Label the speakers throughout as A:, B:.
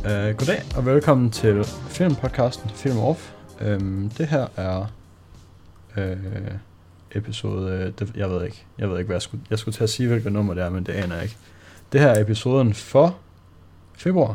A: Goddag og velkommen til filmpodcasten Film Off. Det her er episode... Jeg ved ikke, hvad jeg skulle til at sige, hvilket nummer det er, men det aner jeg ikke. Det her er episoden for februar,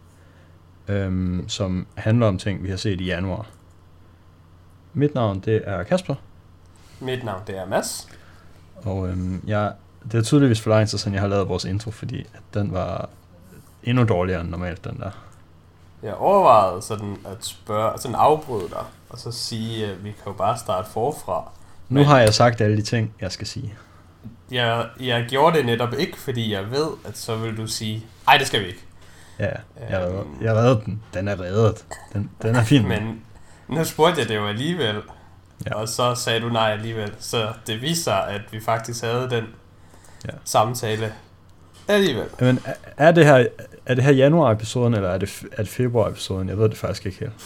A: som handler om ting, vi har set i januar. Mit navn, det er Kasper.
B: Mit navn, det er Mads.
A: Og det er tydeligvis for lang tid siden, jeg har lavet vores intro, fordi at den var endnu dårligere end normalt, den der.
B: Jeg overvejede sådan at spørge, sådan afbryde dig, og så sige, at vi kan jo bare starte forfra.
A: Nu har jeg sagt alle de ting, jeg skal sige.
B: Jeg gjorde det netop ikke, fordi jeg ved, at så vil du sige, ej, det skal vi ikke.
A: Ja, jeg reddede den. Den er reddet. Den er fin.
B: Men nu spurgte jeg det jo alligevel, ja. Og så sagde du nej alligevel. Så det viser, at vi faktisk havde den samtale alligevel.
A: Men er det her januar-episoden, eller er det februar-episoden? Jeg ved det faktisk ikke helt.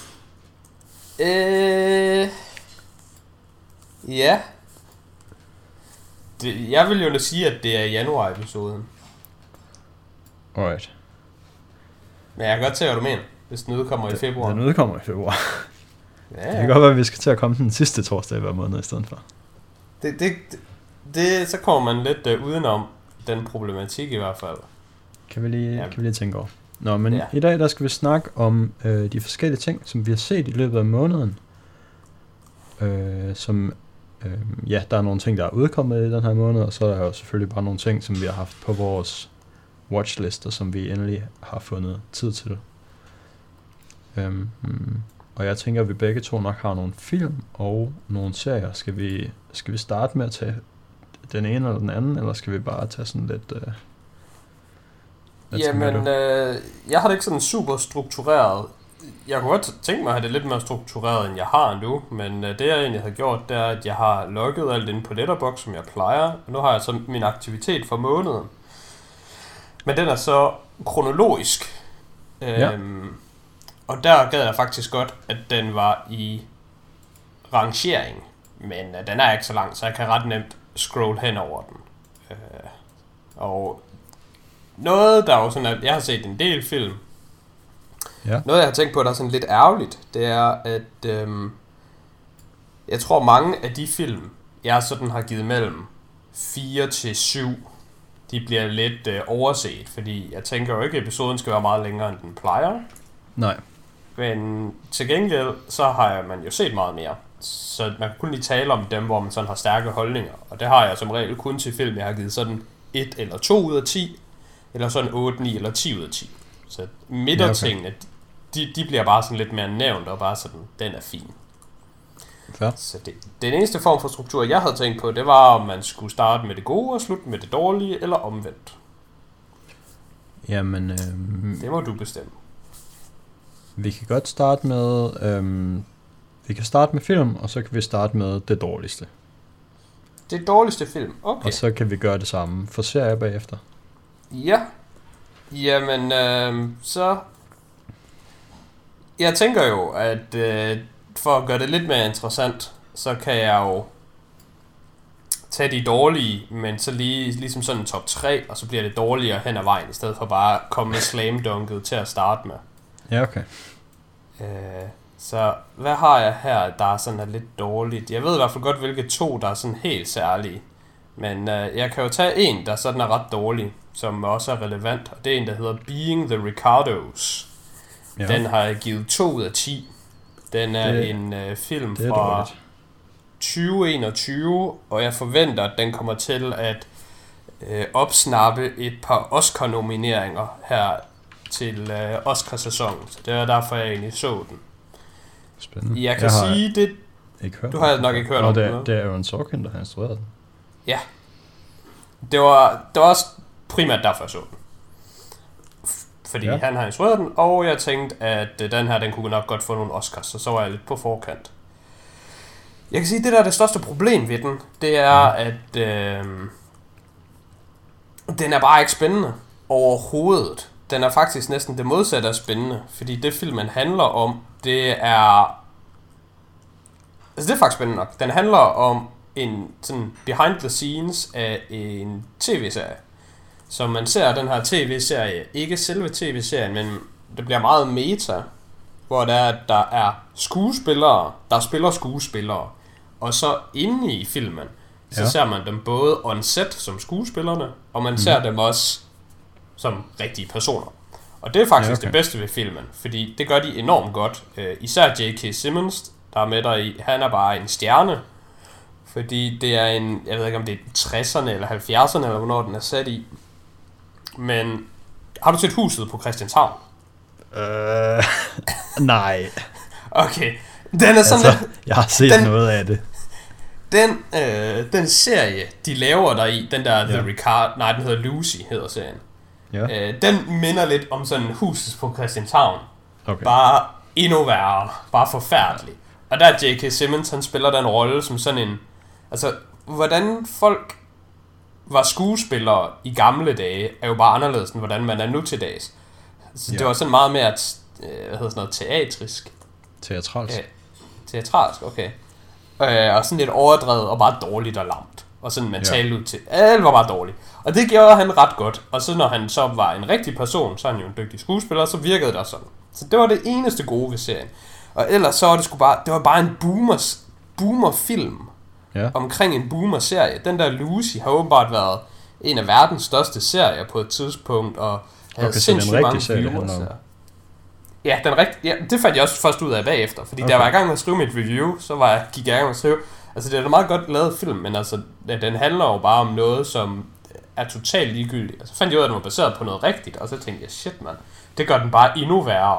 B: Ja. Jeg vil jo sige, at det er januar-episoden.
A: Alright.
B: Men jeg kan godt se, hvad du mener, hvis den udkommer i februar.
A: Den udkommer i februar.
B: Ja.
A: Det kan godt være, at vi skal til at komme den sidste torsdag hver måned i stedet for.
B: Så kommer man lidt udenom den problematik i hvert fald.
A: Kan vi lige tænke over. Nå, men i dag der skal vi snakke om de forskellige ting, som vi har set i løbet af måneden. Der er nogle ting, der er udkommet i den her måned, og så er der jo selvfølgelig bare nogle ting, som vi har haft på vores watchlister, som vi endelig har fundet tid til. Og jeg tænker, at vi begge to nok har nogle film og nogle serier. Skal vi starte med at tage den ene eller den anden, eller skal vi bare tage sådan lidt...
B: Jamen, jeg har det ikke sådan super struktureret. Jeg kunne godt tænke mig at have det lidt mere struktureret, end jeg har nu. Men det jeg egentlig har gjort, det er, at jeg har logget alt inde på Letterboxd, som jeg plejer. Og nu har jeg så min aktivitet for måneden. Men den er så kronologisk. Og der gad jeg faktisk godt, at den var i rangering. Men den er ikke så lang, så jeg kan ret nemt scroll hen over den. Og noget, der er jo sådan, at jeg har set en del film. Ja. Noget, jeg har tænkt på, der er sådan lidt ærgerligt, det er, at jeg tror, mange af de film, jeg sådan har givet mellem 4 til 7, de bliver lidt overset. Fordi jeg tænker jo ikke, at episoden skal være meget længere, end den plejer.
A: Nej.
B: Men til gengæld, så har man jo set meget mere. Så man kan kun lige tale om dem, hvor man sådan har stærke holdninger. Og det har jeg som regel kun til film, jeg har givet sådan 1 eller 2 ud af 10. Eller sådan 8, 9 eller 10 ud af 10. Så midtertingene, de bliver bare sådan lidt mere nævnt, og bare sådan, den er fin.
A: Ja.
B: Så den eneste form for struktur, jeg havde tænkt på, det var, om man skulle starte med det gode og slutte med det dårlige, eller omvendt.
A: Jamen...
B: det må du bestemme.
A: Vi kan godt starte med... vi kan starte med film, og så kan vi starte med det dårligste.
B: Det dårligste film, okay.
A: Og så kan vi gøre det samme for serier bagefter.
B: Ja. Jamen, så... Jeg tænker jo, at for at gøre det lidt mere interessant, så kan jeg jo tage de dårlige, men så ligesom sådan en top 3, og så bliver det dårligere hen ad vejen, i stedet for bare at komme med slam-dunket til at starte med.
A: Ja, okay.
B: Så hvad har jeg her, der er sådan lidt dårligt? Jeg ved i hvert fald godt, hvilke 2, der er sådan helt særlige. Men jeg kan jo tage en, der sådan er ret dårlig, som også er relevant, og det er en, der hedder Being the Ricardos. Ja. Den har jeg givet 2 ud af 10. Den er en film fra 2021, og jeg forventer, at den kommer til at opsnappe et par Oscar-nomineringer her til Oscar-sæsonen. Så det er derfor, jeg egentlig så den.
A: Spændende.
B: Jeg kan sige det... Du har nok ikke hørt om
A: det. Det er Aaron Sorkin, der har instrueret den.
B: Ja. Det var også primært derfor, jeg så den. Fordi han har instrueret den, og jeg tænkte, at den her, den kunne nok godt få nogle Oscars, så var jeg lidt på forkant. Jeg kan sige, at det der er det største problem ved den, det er, at den er bare ikke spændende overhovedet. Den er faktisk næsten det modsatte af spændende, fordi det filmen handler om, det er... Altså det er faktisk spændende nok. Den handler om en sådan behind the scenes af en tv-serie. Så man ser den her tv-serie, ikke selve tv-serien, men det bliver meget meta, hvor der er skuespillere, der spiller skuespillere, og så inde i filmen, så ser man dem både on set som skuespillerne, og man ser dem også som rigtige personer. Og det er faktisk det bedste ved filmen, fordi det gør de enormt godt. Især J.K. Simmons, der er med der i, han er bare en stjerne, fordi det er en, jeg ved ikke om det er 60'erne eller 70'erne, eller hvornår den er sat i. Men har du set Huset på Christianshavn?
A: Nej.
B: Okay, den er sådan
A: altså, jeg har set noget af det.
B: Den serie, de laver der i, den der The Ricard, nej, den hedder Lucy, hedder serien. Ja. Den minder lidt om sådan Huset på Christianshavn. Okay. Bare endnu værre, bare forfærdelig. Og der er J.K. Simmons, han spiller den rolle som sådan en, altså, hvordan folk var skuespillere i gamle dage, er jo bare anderledes end hvordan man er nu til dags. Så det var sådan meget mere, hvad hedder sådan noget, teatrisk. Teatralsk, okay. Og sådan lidt overdrevet og bare dårligt og lamt. Og sådan man talte ud til, alt var bare dårligt. Og det gjorde han ret godt. Og så når han så var en rigtig person, så er han jo en dygtig skuespiller, så virkede det sådan. Så det var det eneste gode ved serien. Og ellers så var det sgu bare, det var bare en boomerfilm. Omkring en boomer-serie. Den der Lucy har åbenbart været en af verdens største serier på et tidspunkt, og havde sindssygt mange viewers. Ja, det fandt jeg også først ud af bagefter, fordi da jeg var i gang med at skrive mit review, så gik jeg i gang med at skrive, altså det er da meget godt lavet film, men altså den handler jo bare om noget, som er totalt ligegyldigt. Altså fandt jeg ud af, at den var baseret på noget rigtigt, og så tænkte jeg, shit man, det gør den bare endnu værre.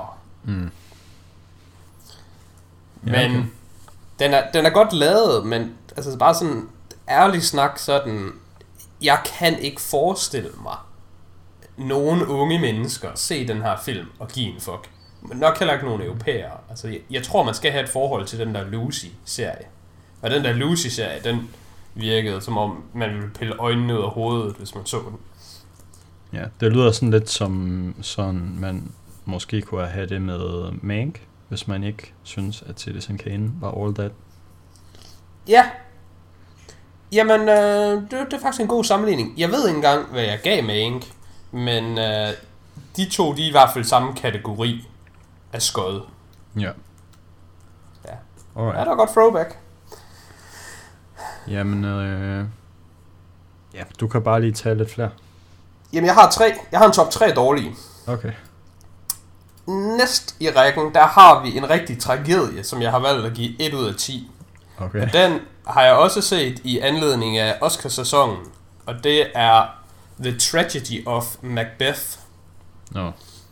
B: Men den er godt lavet, men altså bare sådan ærlig snak sådan, jeg kan ikke forestille mig nogen unge mennesker se den her film og give en fuck. Men nok heller ikke nogen europæere. Altså jeg tror man skal have et forhold til den der Lucy-serie. Og den der Lucy-serie, den virkede som om man ville pille øjnene ud af hovedet, hvis man så den.
A: Ja, det lyder sådan lidt som sådan man måske kunne have det med Mank, hvis man ikke synes at Citizen Kane var all that.
B: Ja. Jamen, det er faktisk en god sammenligning. Jeg ved ikke engang, hvad jeg gav Mank, men de to, de er i hvert fald samme kategori af skod.
A: Ja.
B: Ja. Alright. Ja, det var godt throwback.
A: Jamen, ja, du kan bare lige tage lidt flere.
B: Jamen, jeg har 3. Jeg har en top 3 dårlige.
A: Okay.
B: Næst i rækken, der har vi en rigtig tragedie, som jeg har valgt at give 1 ud af 10.
A: Okay.
B: Og den har jeg også set i anledning af Oscarsæsonen, og det er The Tragedy of Macbeth.
A: Nå.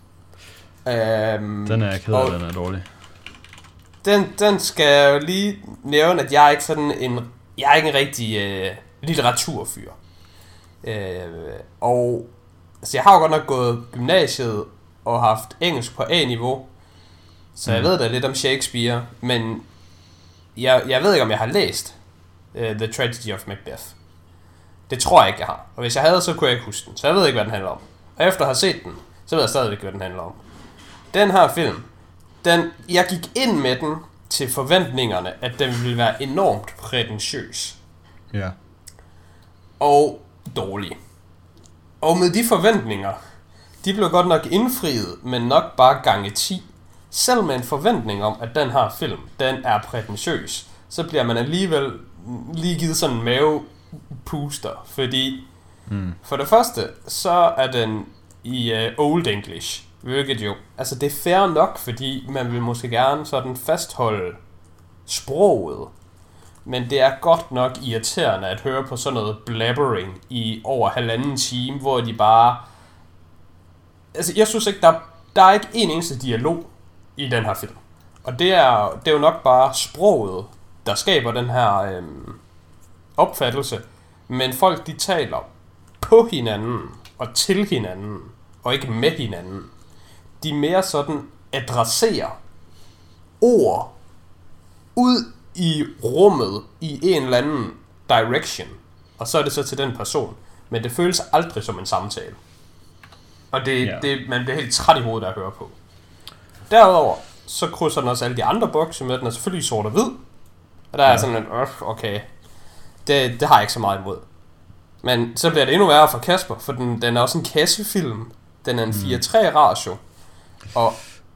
A: Den er jeg ked af, den er dårlig. Den skal jeg jo lige nævne, at jeg er ikke sådan en, jeg er ikke en rigtig litteraturfyr. Og altså jeg har jo godt nok gået gymnasiet og haft engelsk på A-niveau, så jeg ved da lidt om Shakespeare, men jeg ved ikke, om jeg har læst The Tragedy of Macbeth. Det tror jeg ikke, jeg har. Og hvis jeg havde, så kunne jeg ikke huske den. Så jeg ved ikke, hvad den handler om. Og efter at have set den, så ved jeg stadigvæk, hvad den handler om. Den her film, jeg gik ind med den til forventningerne, at den ville være enormt prætentiøs. Ja.
B: Og dårlig. Og med de forventninger, de blev godt nok indfriet, men nok bare gange 10. Selv med en forventning om, at den her film, den er prætentiøs, så bliver man alligevel lige givet sådan en mavepuster, fordi for det første, så er den i Old English, hvilket jo, altså det er fair nok, fordi man vil måske gerne sådan fastholde sproget, men det er godt nok irriterende at høre på sådan noget blabbering i over 1,5 time, hvor de bare, altså jeg synes ikke, der er ikke en eneste dialog i den her film. Og det er jo nok bare sproget, der skaber den her opfattelse. Men folk, de taler på hinanden og til hinanden, og ikke med hinanden. De mere sådan adresserer ord ud i rummet i en eller anden direction. Og så er det så til den person. Men det føles aldrig som en samtale. Og man bliver helt træt i hovedet af at høre på. Derudover, så krydser den også alle de andre bokse med. Den er selvfølgelig sort og hvid. Og der er sådan en, okay, det har jeg ikke så meget imod. Men så bliver det endnu værre for Kasper, for den er også en kassefilm. Den er en 4:3 ratio. Og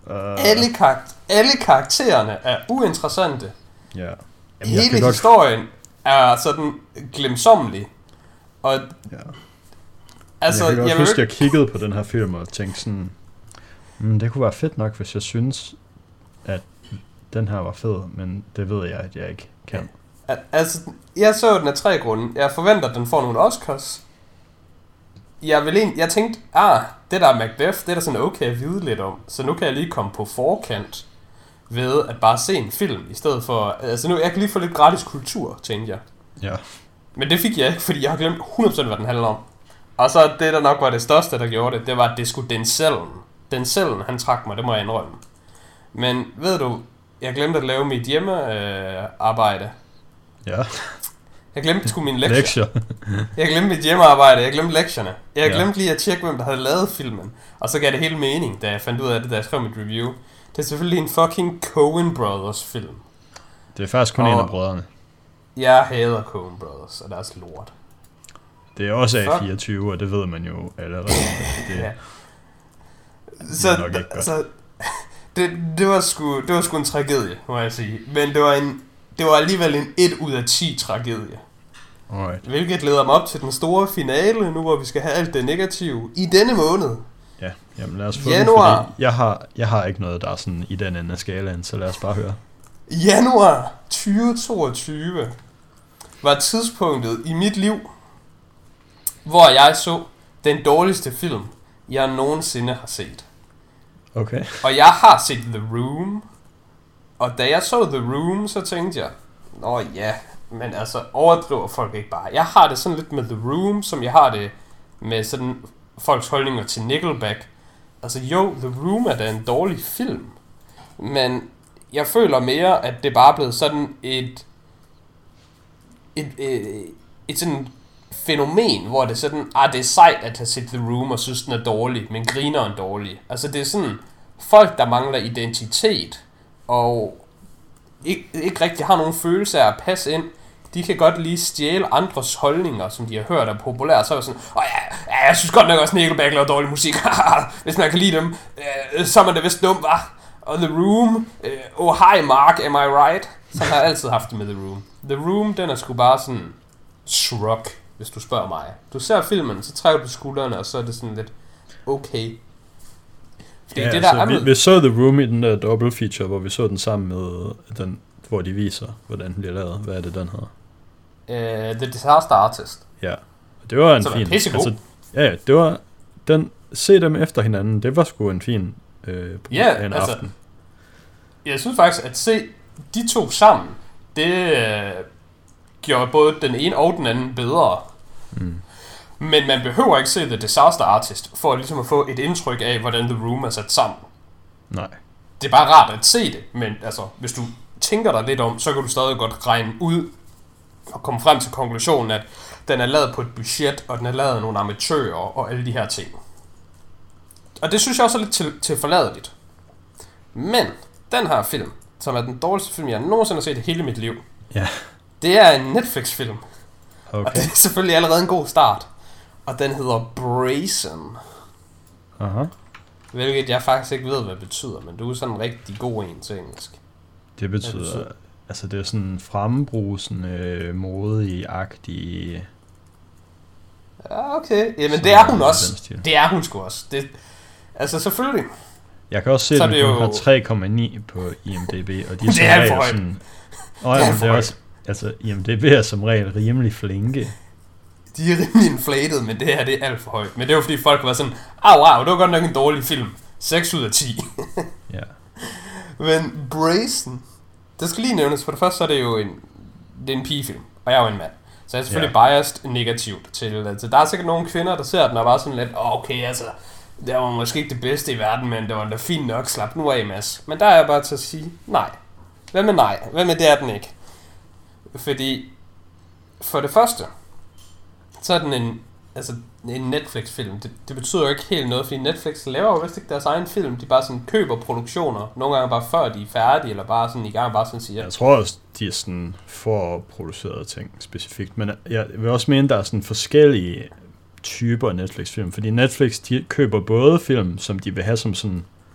B: alle karaktererne er uinteressante.
C: Ja.
B: Jamen, hele historien er sådan glemsommelig. Og
C: ja.
B: altså,
C: jeg kan også huske, at jeg kiggede på den her film og tænkte sådan, det kunne være fedt nok, hvis jeg synes, at den her var fed, men det ved jeg, at jeg ikke kan.
B: Altså, jeg så den af 3 grunde. Jeg forventer, at den får nogle Oscars. Jeg tænkte, det der er Macbeth, det er da sådan okay at vide lidt om. Så nu kan jeg lige komme på forkant ved at bare se en film, i stedet for, altså nu, jeg kan lige få lidt gratis kultur, tænkte jeg.
C: Ja.
B: Men det fik jeg ikke, fordi jeg har glemt 100% hvad den handler om. Og så det, der nok var det største, der gjorde det var, at det skulle Denzel'en, han trak mig, det må jeg indrømme. Men ved du, jeg glemte at lave mit hjemmearbejde.
C: Ja.
B: Jeg glemte sgu mine lektier. Jeg glemte mit hjemmearbejde, jeg glemte lektierne. Jeg glemte lige at tjekke, hvem der havde lavet filmen. Og så gav det hele mening, da jeg fandt ud af det, da jeg skrev mit review. Det er selvfølgelig en fucking Coen Brothers film.
C: Det er faktisk kun en af brødrene.
B: Jeg hader Coen Brothers og deres lort.
C: Det er også A24, og det ved man jo allerede. Det
B: så, nok ikke godt. Så, det var sgu en tragedie, må jeg sige. Men det var alligevel en 1 ud af 10 tragedie.
C: Alright.
B: Hvilket leder mig op til den store finale, nu hvor vi skal have alt det negative, i denne måned.
C: Ja, jamen lad os få januar. Den, fordi jeg har ikke noget, der er sådan i den ende af skalaen, så lad os bare høre.
B: Januar 2022 var tidspunktet i mit liv, hvor jeg så den dårligste film, jeg nogensinde har set.
C: Okay.
B: Og jeg har set The Room, og da jeg så The Room, så tænkte jeg, men altså overdriver folk ikke bare. Jeg har det sådan lidt med The Room, som jeg har det med sådan folks holdninger til Nickelback. Altså The Room er da en dårlig film, men jeg føler mere, at det bare er blevet sådan et sådan fænomen, hvor det er sådan, det er sejt at have set The Room og synes den er dårlig, men grineren dårlig. Altså det er sådan folk, der mangler identitet og ikke rigtig har nogen følelse af at passe ind. De kan godt lige stjæle andres holdninger, som de har hørt er populære. Så er det sådan, jeg synes godt nok også Nickelback laver dårlig musik. Hvis man kan lide dem, så er man da vist dum, hva? Og The Room, hi Mark, am I right? Så har jeg altid haft det med The Room. The Room, den er sgu bare sådan shrug, hvis du spørger mig. Du ser filmen, så trækker du skuldrene, og så er det sådan lidt okay.
C: Fordi det der vi så The Room i den der double feature, hvor vi så den sammen med den, hvor de viser, hvordan den bliver lavet. Hvad er det, den hedder?
B: The Disaster Artist.
C: Ja, det var en
B: så
C: fin.
B: Altså,
C: det var den. Se dem efter hinanden. Det var sgu en fin en aften.
B: Jeg synes faktisk at se de to sammen, det gjorde både den ene og den anden bedre. Men man behøver ikke se The Disaster Artist for ligesom at få et indtryk af, hvordan The Room er sat sammen.
C: Nej.
B: Det er bare rart at se det, men altså, hvis du tænker dig lidt om, så kan du stadig godt regne ud og komme frem til konklusionen, at den er lavet på et budget, og den er lavet af nogle amatører og alle de her ting. Og det synes jeg også er lidt tilforladeligt. Men den her film, som er den dårligste film, jeg nogensinde har set i hele mit liv, det er en Netflix-film. Okay. Og det er selvfølgelig allerede en god start. Og den hedder Brazen.
C: Aha.
B: Hvilket jeg faktisk ikke ved, hvad det betyder, men du er sådan en rigtig god en til engelsk.
C: Det betyder, altså det er sådan frembrusende, modig-agtig.
B: Ja, okay. Jamen det er hun også. Det er hun sgu også. Det, altså selvfølgelig.
C: Jeg kan også se, at den har 3,9 på IMDb, og de er
B: det er alt for højt.
C: Det er også, altså IMDb er som regel rimelig flinke.
B: De er rimelig inflated, men det her det er alt for højt. Men det er jo fordi folk var sådan, wow, det var godt nok en dårlig film. 6 ud af 10.
C: Ja.
B: Men Brazen, det skal lige nævnes, for det første så er det jo det er en pigefilm, og jeg er jo en mand. Så jeg er selvfølgelig biased negativt til det. Altså, der er sikkert nogle kvinder, der ser den og bare sådan lidt, okay, altså, det var måske ikke det bedste i verden, men det var da fint nok, slap nu af, Mads. Men der er jeg bare til at sige, nej. Hvad med nej? Hvad med det er den ikke? Fordi, for det første, så er den en Netflix-film. Det betyder jo ikke helt noget, fordi Netflix laver jo vist ikke deres egen film. De bare sådan køber produktioner, nogle gange bare før de er færdige, eller bare sådan i gang, bare sådan siger.
C: Jeg tror også, de er sådan forproducerede ting specifikt, men jeg vil også mene, der er sådan forskellige typer Netflix-film, fordi Netflix, de køber både film, som de vil have som sådan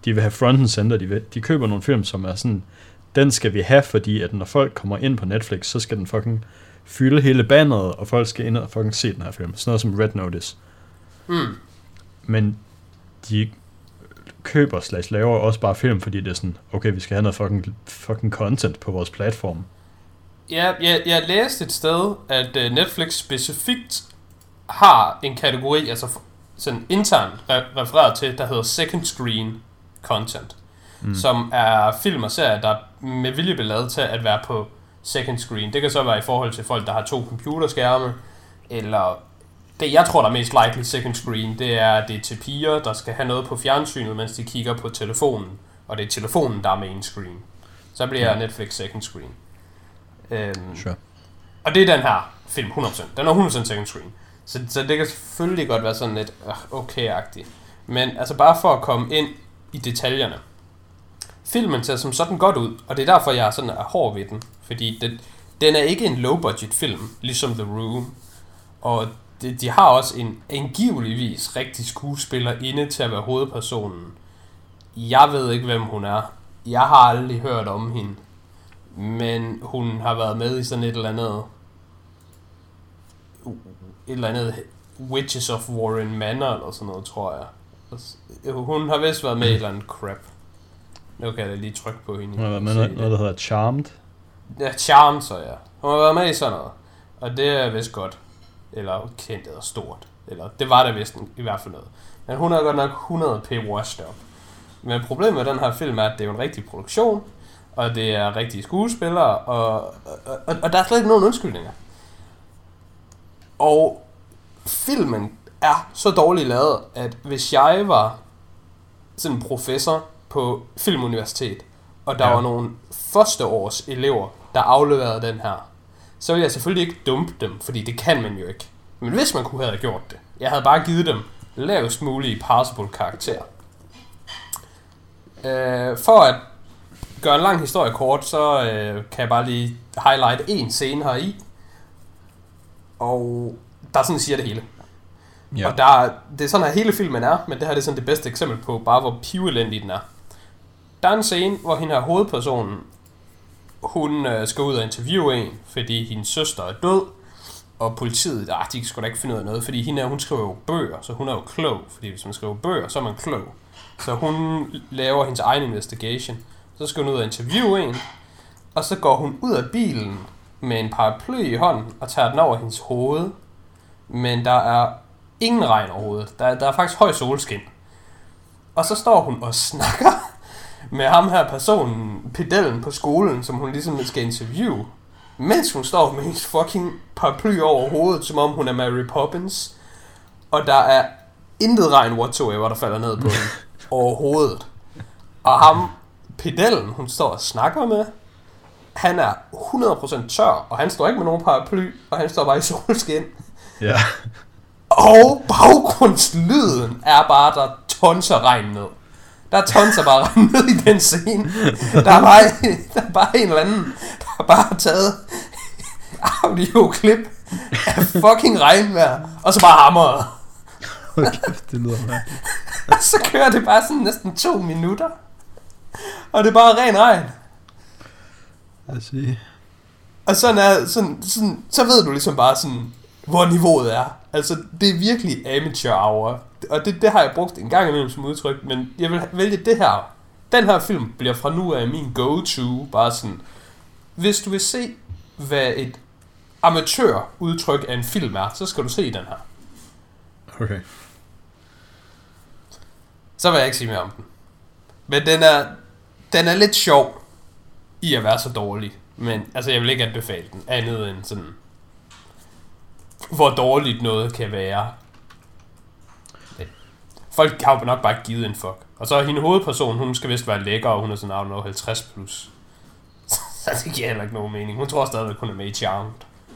C: de vil have front and center, de køber nogle film, som er sådan, den skal vi have, fordi at når folk kommer ind på Netflix, så skal den fucking fylde hele banneret, og folk skal ind og fucking se den her film. Sådan noget som Red Notice. Men de køber / laver også bare film, fordi det er sådan, okay, vi skal have noget fucking content på vores platform.
B: Ja, jeg læste et sted, at Netflix specifikt har en kategori, altså sådan internt refereret til, der hedder second screen content, som er film og serier, der med vilje bliver lavet til at være på second screen. Det kan så være i forhold til folk, der har 2 computerskærme, eller det jeg tror, der er mest likely second screen, det er til piger, der skal have noget på fjernsynet, mens de kigger på telefonen, og det er telefonen, der er main screen. Så bliver Netflix second screen.
C: Sure.
B: Og det er den her film, 100%. Den er 100% second screen. Så det kan selvfølgelig godt være sådan lidt okay-agtigt. Men altså bare for at komme ind i detaljerne. Filmen ser som sådan godt ud, og det er derfor, jeg sådan er hård ved den. Fordi den er ikke en low-budget film, ligesom The Room. Og de har også en angiveligvis rigtig skuespiller inde til at være hovedpersonen. Jeg ved ikke, hvem hun er. Jeg har aldrig hørt om hende. Men hun har været med i sådan et eller andet Witches of Warren Manor eller sådan noget, tror jeg. Hun har vist været med i et eller andet crap. Nu kan jeg lige trykke på hende.
C: Hun har været med noget, der hedder Charmed.
B: Ja, Charmed, så ja. Hun har været med i sådan noget. Og det er vist godt. Eller kendt eller stort. Eller det var der vist i hvert fald noget. Men hun er godt nok 100p washed up. Men problemet med den her film er, at det er jo en rigtig produktion. Og det er rigtige skuespillere. Og der er slet ikke nogen undskyldninger. Og filmen er så dårligt lavet, at hvis jeg var sådan en professor på Filmuniversitet, og der var nogle førsteårs elever, der afleverede den her, så ville jeg selvfølgelig ikke dumpe dem, fordi det kan man jo ikke. Men hvis man kunne have gjort det, jeg havde bare givet dem lavest mulige passable karakter. For at gøre en lang historie kort, så kan jeg bare lige highlight en scene her i. Og der sådan siger det hele. Ja. Og det er sådan her hele filmen er, men det her er sådan det bedste eksempel på bare hvor pivelendig den er. Der er en scene, hvor hende her hovedpersonen, hun skal ud og interviewe en, fordi hendes søster er død, og politiet, de kan sgu da ikke finde ud af noget, fordi hun skriver jo bøger, så hun er jo klog, fordi hvis man skriver bøger, så er man klog. Så hun laver hendes egen investigation. Så skal hun ud og interviewe en, og så går hun ud af bilen med en paraply i hånden og tager den over hendes hoved. Men der er ingen regn overhovedet. Der er faktisk høj solskin. Og så står hun og snakker med ham her personen, pedellen på skolen, som hun ligesom skal interviewe, mens hun står med hendes fucking paraply over hovedet, som om hun er Mary Poppins. Og der er intet regn whatsoever, der falder ned på hende overhovedet. Og ham, pedellen, hun står og snakker med, han er 100% tør, og han står ikke med nogen paraply, og han står bare i solskin.
C: Ja.
B: Og baggrundslyden er bare, der tonser regn ned. Der tonser bare regn ned i den scene. Der er bare en eller anden, der har bare taget audioklip af fucking regnvejr, og så bare hammeret.
C: Okay, det lyder mærkeligt.
B: Så kører det bare sådan næsten 2 minutter. Og det er bare ren regn.
C: Jeg siger.
B: Og så ved du ligesom bare sådan, hvor niveauet er. Altså, det er virkelig amateur hour. Og det har jeg brugt en gang imellem som udtryk, men jeg vil vælge det her. Den her film bliver fra nu af min go-to. Bare sådan, hvis du vil se, hvad et amatør-udtryk af en film er, så skal du se den her.
C: Okay.
B: Så vil jeg ikke sige mere om den. Men den er lidt sjov i at være så dårlig. Men altså, jeg vil ikke anbefale den andet end sådan, hvor dårligt noget kan være. Folk har jo nok bare givet en fuck. Og så er hende hovedperson, hun skal vist være lækker, og hun er sådan, 50 plus. Så det giver heller ikke nogen mening. Hun tror stadigvæk, hun er med i Charmed.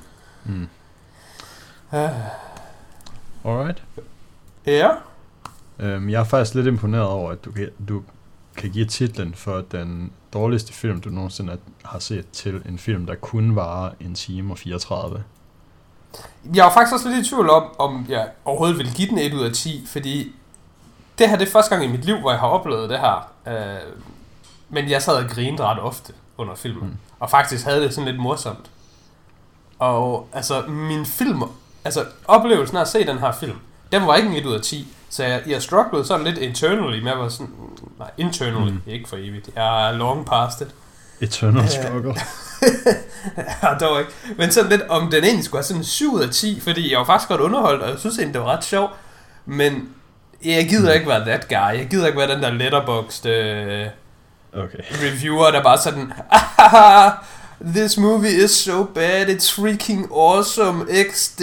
C: Alright.
B: Ja.
C: Jeg er faktisk lidt imponeret over, at du kan give titlen for den dårligste film, du nogensinde har set, til en film, der kun varer 1 time og 34.
B: Jeg var faktisk også lidt i tvivl om jeg overhovedet ville give den 1 ud af 10, fordi det her det er første gang i mit liv, hvor jeg har oplevet det her. Men jeg sad og grinede ret ofte under filmen. Og faktisk havde det sådan lidt morsomt. Og altså, min film... Altså, oplevelsen af at se den her film, den var ikke en 1 ud af 10. Så jeg strugglede sådan lidt internally med at være sådan... Nej, internally, ikke for evigt. Jeg er long past it.
C: Eternal struggle.
B: Ja, dog ikke. Men sådan lidt, om den egentlig skulle have sådan en 7 ud af 10, fordi jeg var faktisk godt underholdt, og jeg synes egentlig, det var ret sjovt. Men jeg gider ikke være that guy. Jeg gider ikke være den der letterboxd reviewer, der bare sådan... This movie is so bad, it's freaking awesome, XD.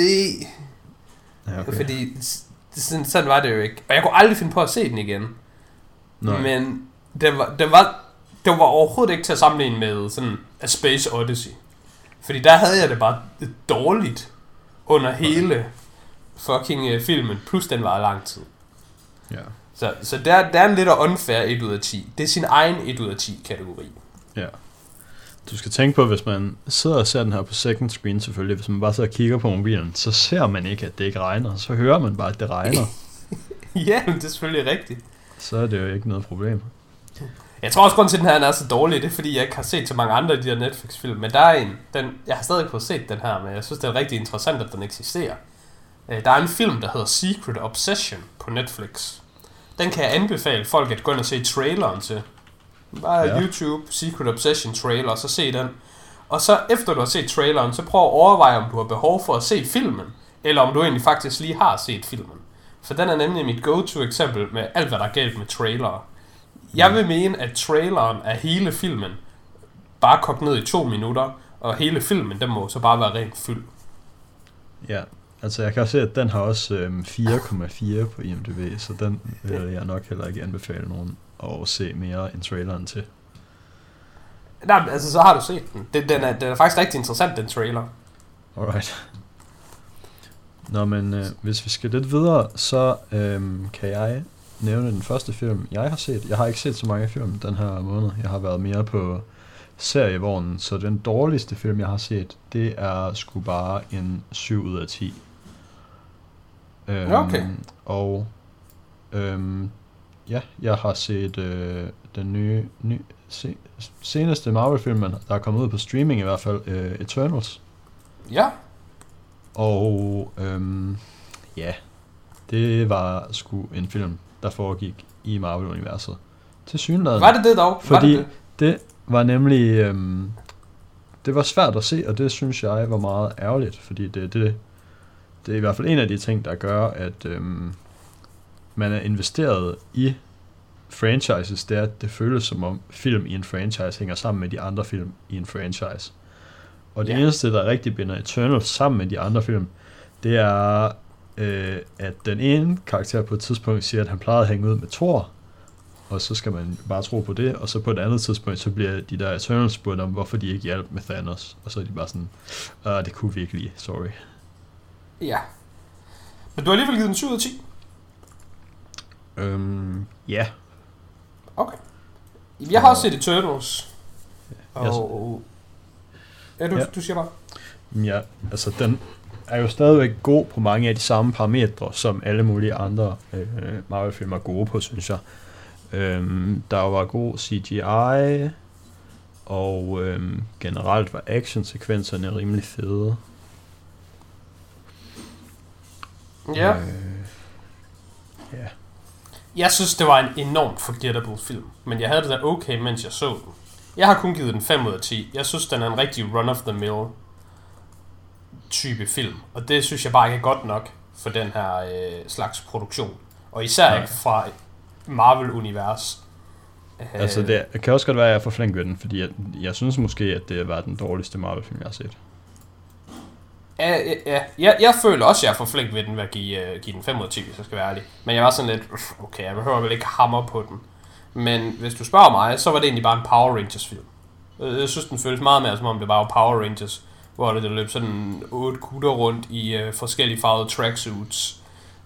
C: Ja, okay.
B: Fordi sådan var det jo ikke. Og jeg kunne aldrig finde på at se den igen.
C: Nej.
B: Men den var overhovedet ikke til at sammenligne med sådan A Space Odyssey. Fordi der havde jeg det bare dårligt under hele fucking filmen, plus den var lang tid.
C: Ja.
B: Så der er en lidt unfair 1 ud af 10. Det er sin egen 1 ud af 10 kategori.
C: Ja. Du skal tænke på, hvis man sidder og ser den her på second screen selvfølgelig, hvis man bare sidder og kigger på mobilen, så ser man ikke, at det ikke regner. Så hører man bare, at det regner.
B: Ja, men det er selvfølgelig rigtigt.
C: Så er det jo ikke noget problem.
B: Jeg tror også, grund til, at den her er så dårlig, det er, fordi jeg ikke har set så mange andre af de der Netflix-film. Men der er jeg har stadig ikke fået set den her, men jeg synes, det er rigtig interessant, at den eksisterer. Der er en film, der hedder Secret Obsession på Netflix. Den kan jeg anbefale folk at gå ind og se traileren til. Bare YouTube, Secret Obsession trailer, og så se den. Og så efter du har set traileren, så prøv at overveje, om du har behov for at se filmen, eller om du egentlig faktisk lige har set filmen. For den er nemlig mit go-to eksempel med alt, hvad der er galt med trailere. Jeg vil mene, at traileren af hele filmen bare kogt ned i 2 minutter, og hele filmen, den må så bare være rent fyld.
C: Ja, altså jeg kan også se, at den har også 4,4 på IMDb, så den vil jeg nok heller ikke anbefale nogen at se mere end traileren til.
B: Nej, altså så har du set den. Den er faktisk rigtig interessant, den trailer.
C: Alright. Nå, men hvis vi skal lidt videre, så kan jeg nævne den første film, jeg har set. Jeg har ikke set så mange film den her måned. Jeg har været mere på serievognen, så den dårligste film, jeg har set, det er sgu bare en 7 ud af 10.
B: Okay.
C: Og ja, jeg har set den seneste Marvel-film, der er kommet ud på streaming i hvert fald, Eternals.
B: Ja.
C: Og ja, det var sgu en film, der foregik i Marvel-universet. Tilsyneladende.
B: Var det det dog?
C: Fordi det var nemlig... det var svært at se, og det synes jeg var meget ærgerligt, fordi det er i hvert fald en af de ting, der gør, at man er investeret i franchises, det er, at det føles som om film i en franchise hænger sammen med de andre film i en franchise. Og det eneste, der rigtig binder Eternals sammen med de andre film, det er, at den ene karakter på et tidspunkt siger, at han plejede at hænge ud med Thor, og så skal man bare tro på det, og så på et andet tidspunkt, så bliver de der Eternals spurgt om, hvorfor de ikke hjalp med Thanos, og så er de bare sådan, det kunne vi ikke lide, sorry.
B: Ja. Men du har alligevel givet den 7 ud af 10?
C: Ja.
B: Okay. Jeg har også set Eternals. Og... Ja, du siger bare.
C: Ja, altså den er jo stadigvæk god på mange af de samme parametre, som alle mulige andre Marvel-film er gode på, synes jeg. Der var god CGI, og generelt var actionsekvenserne rimelig fede.
B: Ja.
C: Ja.
B: Jeg synes, det var en enormt forgettable film, men jeg havde det da okay, mens jeg så den. Jeg har kun givet den 5 ud af 10. Jeg synes, den er en rigtig run-of-the-mill type film, og det synes jeg bare ikke er godt nok for den her slags produktion. Og især ikke fra Marvel-univers.
C: Altså, det kan også godt være, at jeg er for flink ved den, fordi jeg synes måske, at det var den dårligste Marvel-film, jeg har set.
B: Jeg føler også, at jeg er for flink ved den ved at give den 5 ud af 10, hvis jeg skal være ærlig. Men jeg var sådan lidt, okay, jeg behøver vel ikke hammer på den. Men hvis du spørger mig, så var det egentlig bare en Power Rangers film. Jeg synes, den føles meget mere, som om det bare var Power Rangers, hvor det løb sådan 8 gutter rundt i forskellige farvede tracksuits.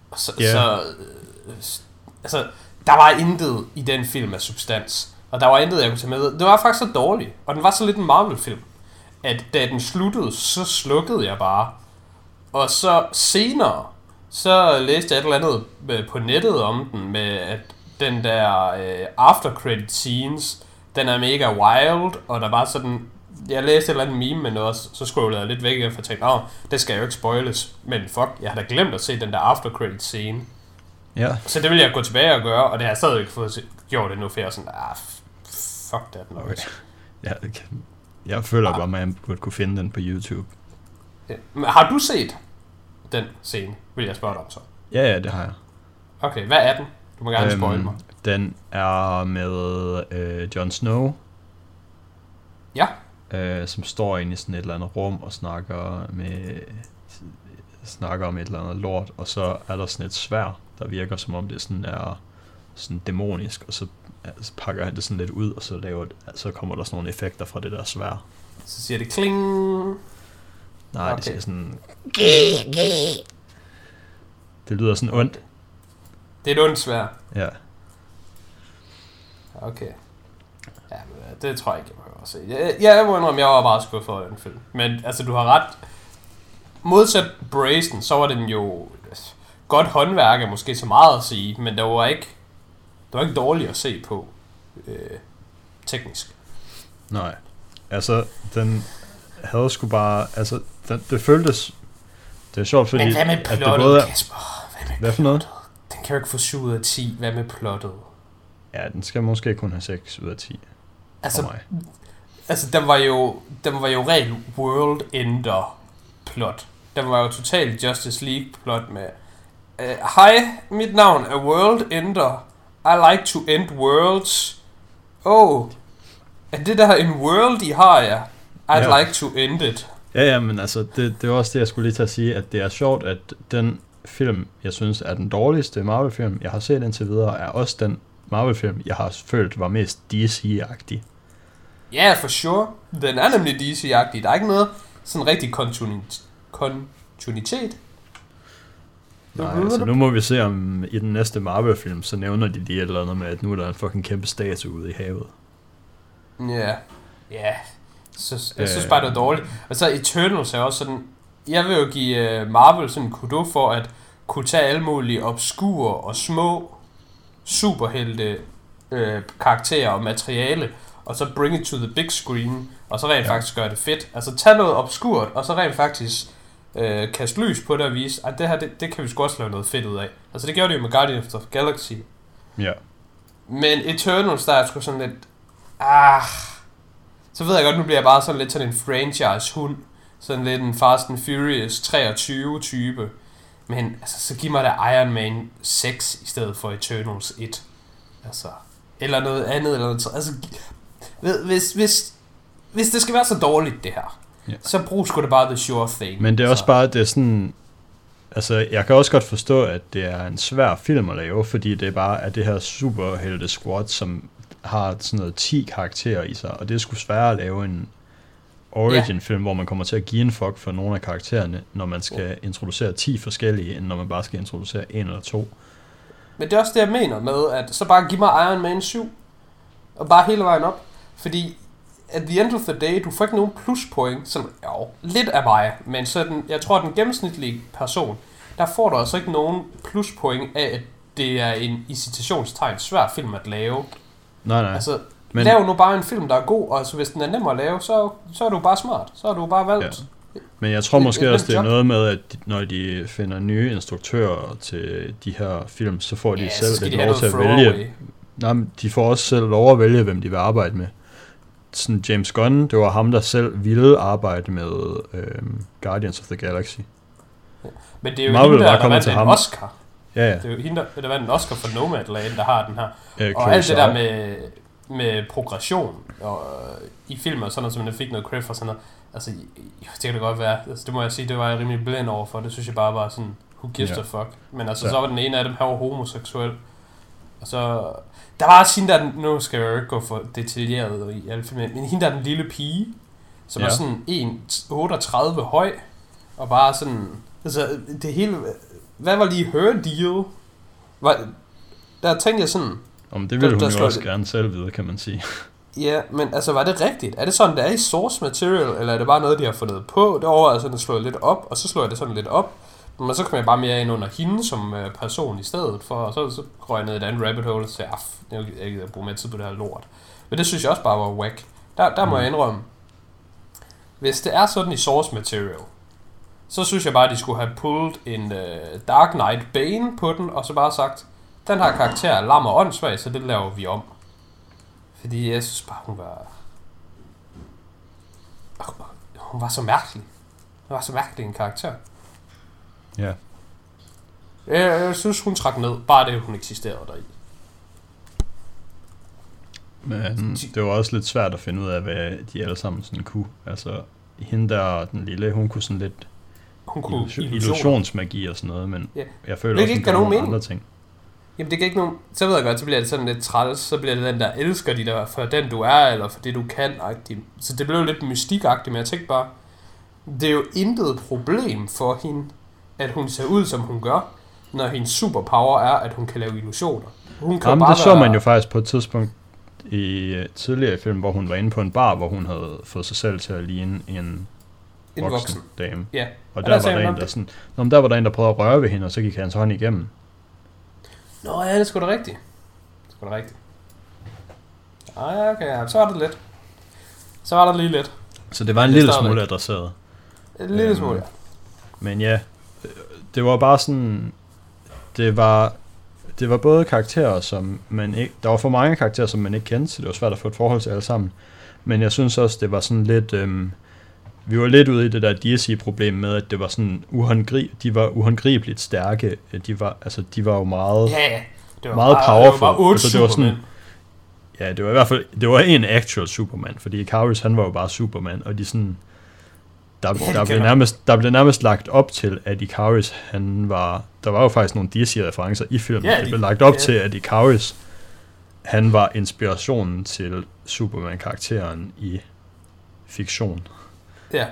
B: Så der var intet i den film af substans. Og der var intet, jeg kunne tage med. Det var faktisk så dårligt. Og den var så lidt en Marvel-film, at da den sluttede, så slukkede jeg bare. Og så senere, så læste jeg et eller andet på nettet om den, med at den der after credit scenes, den er mega wild, og der var sådan, jeg læste et eller andet meme med noget, så scrollede jeg lidt væk, og jeg tænkte, det skal jo ikke spoiles, men fuck, jeg har da glemt at se den der after credit scene.
C: Ja.
B: Så det vil jeg gå tilbage og gøre, og det har jeg stadig ikke fået gjort endnu, for jeg er sådan, fuck that noise.
C: Okay. Jeg føler bare, at man burde kunne finde den på YouTube.
B: Ja. Men har du set den scene, vil jeg spørge dig om så?
C: Ja, det har jeg.
B: Okay, hvad er den? Du må gerne spoil mig.
C: Den er med Jon Snow.
B: Ja.
C: Som står inde i sådan et eller andet rum og snakker om et eller andet lort, og så er der sådan et sværd, der virker som om det sådan er sådan dæmonisk, og så pakker han det sådan lidt ud, og så kommer der sådan nogle effekter fra det der sværd.
B: Så siger det kling.
C: Nej, okay. Det siger sådan... Det lyder sådan ondt.
B: Det er et ondt sværd.
C: Ja.
B: Okay. Ja, det tror jeg ikke, jeg behøver at se. Jeg må indrømme, jeg var bare skuffet for den film. Men altså, du har ret. Modsat Brazen, så var den jo godt håndværk, måske så meget at sige, men det var ikke dårligt at se på teknisk.
C: Nej. Altså, den havde sgu bare... Altså, det føltes... Det er sjovt, fordi...
B: Men hvad med plottet, Kasper?
C: Hvad for noget?
B: Den kan jo ikke få 7 ud af 10. Hvad med plottet?
C: Ja, den skal måske kun have 6 ud af 10.
B: Altså, den var jo rent world ender plot. Den var jo totalt Justice League plot med hej, mit navn er World Ender. I like to end worlds. Er det der en world, I har, ja? I'd like to end it.
C: Ja, men altså, det var også det, jeg skulle lige til at sige, at det er sjovt, at den film, jeg synes er den dårligste Marvel-film, jeg har set indtil videre, er også den Marvel-film, jeg har følt var mest DC-agtig.
B: Ja, for sure. Den er nemlig DC-agtig. Der er ikke noget sådan rigtig kontinuitet.
C: Nej, altså nu må vi se, om i den næste Marvel-film, så nævner de et eller andet med, at nu er der en fucking kæmpe statue ude i havet.
B: Ja. Jeg synes bare, det er dårligt. Og så Eternals er også sådan... Jeg vil jo give Marvel sådan en kudo for at kunne tage alle mulige obskure og små superhelte karakterer og materiale, og så bring it to the big screen, og så rent faktisk gøre det fedt. Altså tage noget obskurt, og så rent faktisk kaste lys på det og vise, at det her, det kan vi sgu også lave noget fedt ud af. Altså det gjorde det jo med Guardians of the Galaxy.
C: Ja.
B: Men Eternals, der er sgu sådan lidt... Så ved jeg godt, nu bliver jeg bare sådan lidt sådan en franchise-hund. Sådan lidt en Fast and Furious 23-type. Men altså, så giv mig da Iron Man 6 i stedet for Eternals 1. Altså, eller noget andet, eller noget. Altså, hvis det skal være så dårligt, det her, så brug sgu da bare the sure thing.
C: Men det er også bare, det er sådan... Altså, jeg kan også godt forstå, at det er en svær film at lave, fordi det er bare det her superhelte squad, som har sådan noget 10 karakterer i sig, og det er sgu svært at lave en origin-film, hvor man kommer til at give en fuck for nogle af karaktererne, når man skal introducere 10 forskellige, end når man bare skal introducere 1 eller 2.
B: Men det er også det, jeg mener med, at så bare giv mig Iron Man 7, og bare hele vejen op, fordi at the end of the day, du får ikke nogen pluspoint, som lidt af mig, men sådan, jeg tror, at den gennemsnitlige person, der får du altså ikke nogen pluspoint af, at det er en i citationstegn svær film at lave.
C: Nej.
B: Altså, lav nu bare en film, der er god, og altså, hvis den er nem at lave, så er du bare smart. Så er du bare valgt.
C: Ja. Men jeg tror måske også, det er noget med, at når de finder nye instruktører til de her film, så får de selv lidt lov til at vælge. Nej, men de får også selv lov at vælge, hvem de vil arbejde med. Sådan James Gunn, det var ham, der selv ville arbejde med Guardians of the Galaxy.
B: Ja. Men det er jo Marvel hende, der vandt en Oscar.
C: Ja.
B: Det er jo hende, der vandt en Oscar for Nomadland, der har den her. Og alt det der med progression og i film og sådan noget, som den fik noget credit for sådan noget. Altså, det kan det godt være. Altså, det må jeg sige, det var jeg rimelig blind over for. Det synes jeg bare var sådan, who gives a fuck. Men altså, så var den ene af dem her homoseksuel. Og så... Der var også hende der, nu skal jeg jo ikke gå for detaljeret i alle filmer, men hende der den lille pige, som er sådan 1,38 høj, og bare sådan... Altså, det hele... Hvad var lige her deal? Der tænkte jeg sådan...
C: Om det ville hun jo også gerne selv vide, kan man sige.
B: Ja, men altså, var det rigtigt? Er det sådan, det er i source material, eller er det bare noget, de har fundet på? Det over, sådan, at slå lidt op, og så slår jeg det sådan lidt op. Men så kom jeg bare mere ind under hende som person i stedet for, og så røg jeg ned i et andet rabbit hole og sagde, jeg kan ikke bruge mere tid på det her lort. Men det synes jeg også bare var whack. Der må jeg indrømme, hvis det er sådan i source material, så synes jeg bare, at de skulle have pulled en Dark Knight Bane på den, og så bare sagt, den her karakter er lam og åndssvag, så det laver vi om. Fordi jeg synes bare, hun var så mærkelig. Hun var så mærkelig en karakter.
C: Ja.
B: Jeg synes, hun trak ned, bare det, hun eksisterede deri.
C: Men det var også lidt svært at finde ud af, hvad de alle sammen sådan kunne. Altså, hende der, den lille, hun kunne sådan lidt illusionsmagi og sådan noget, men jeg føler også, at der er nogle andre ting.
B: Jamen det kan ikke nogen, så ved jeg godt, så bliver det sådan lidt træls, så bliver det den der, elsker de der for den du er, eller for det du kan-agtigt. Så det blev lidt mystik-agtigt, men jeg tænkte bare, det er jo intet problem for hende, at hun ser ud som hun gør, når hendes superpower er, at hun kan lave illusioner. Hun kan
C: bare det så man jo faktisk på et tidspunkt i tidligere film, hvor hun var inde på en bar, hvor hun havde fået sig selv til at ligne en voksen dame.
B: Ja.
C: Og der var der en, der sådan, der var der en, der prøvede at røre ved hende, og så gik hans hånd igennem.
B: Nå ja, det er sgu da rigtigt. Okay, ja, så var det lidt. Så var der lige lidt.
C: Så det var en lille smule adresseret.
B: En lille smule, ja.
C: Men ja, det var bare sådan, det var både karakterer, som man ikke, der var for mange karakterer, som man ikke kendte, så det var svært at få et forhold til alle sammen. Men jeg synes også, det var sådan lidt, vi var lidt ude i det der DC-problem med, at det var sådan de var uhåndgribeligt stærke. De var jo meget,
B: det var
C: meget powerful.
B: Det var 8
C: det var sådan, ja, det var i hvert fald, det var en actual Superman, fordi Icarus, han var jo bare Superman, og de sådan, der blev nærmest lagt op til, at Icarus, der var jo faktisk nogle DC-referencer i filmen, det blev lagt op til, at Icarus, han var inspirationen til Superman-karakteren i fiktion.
B: Ja.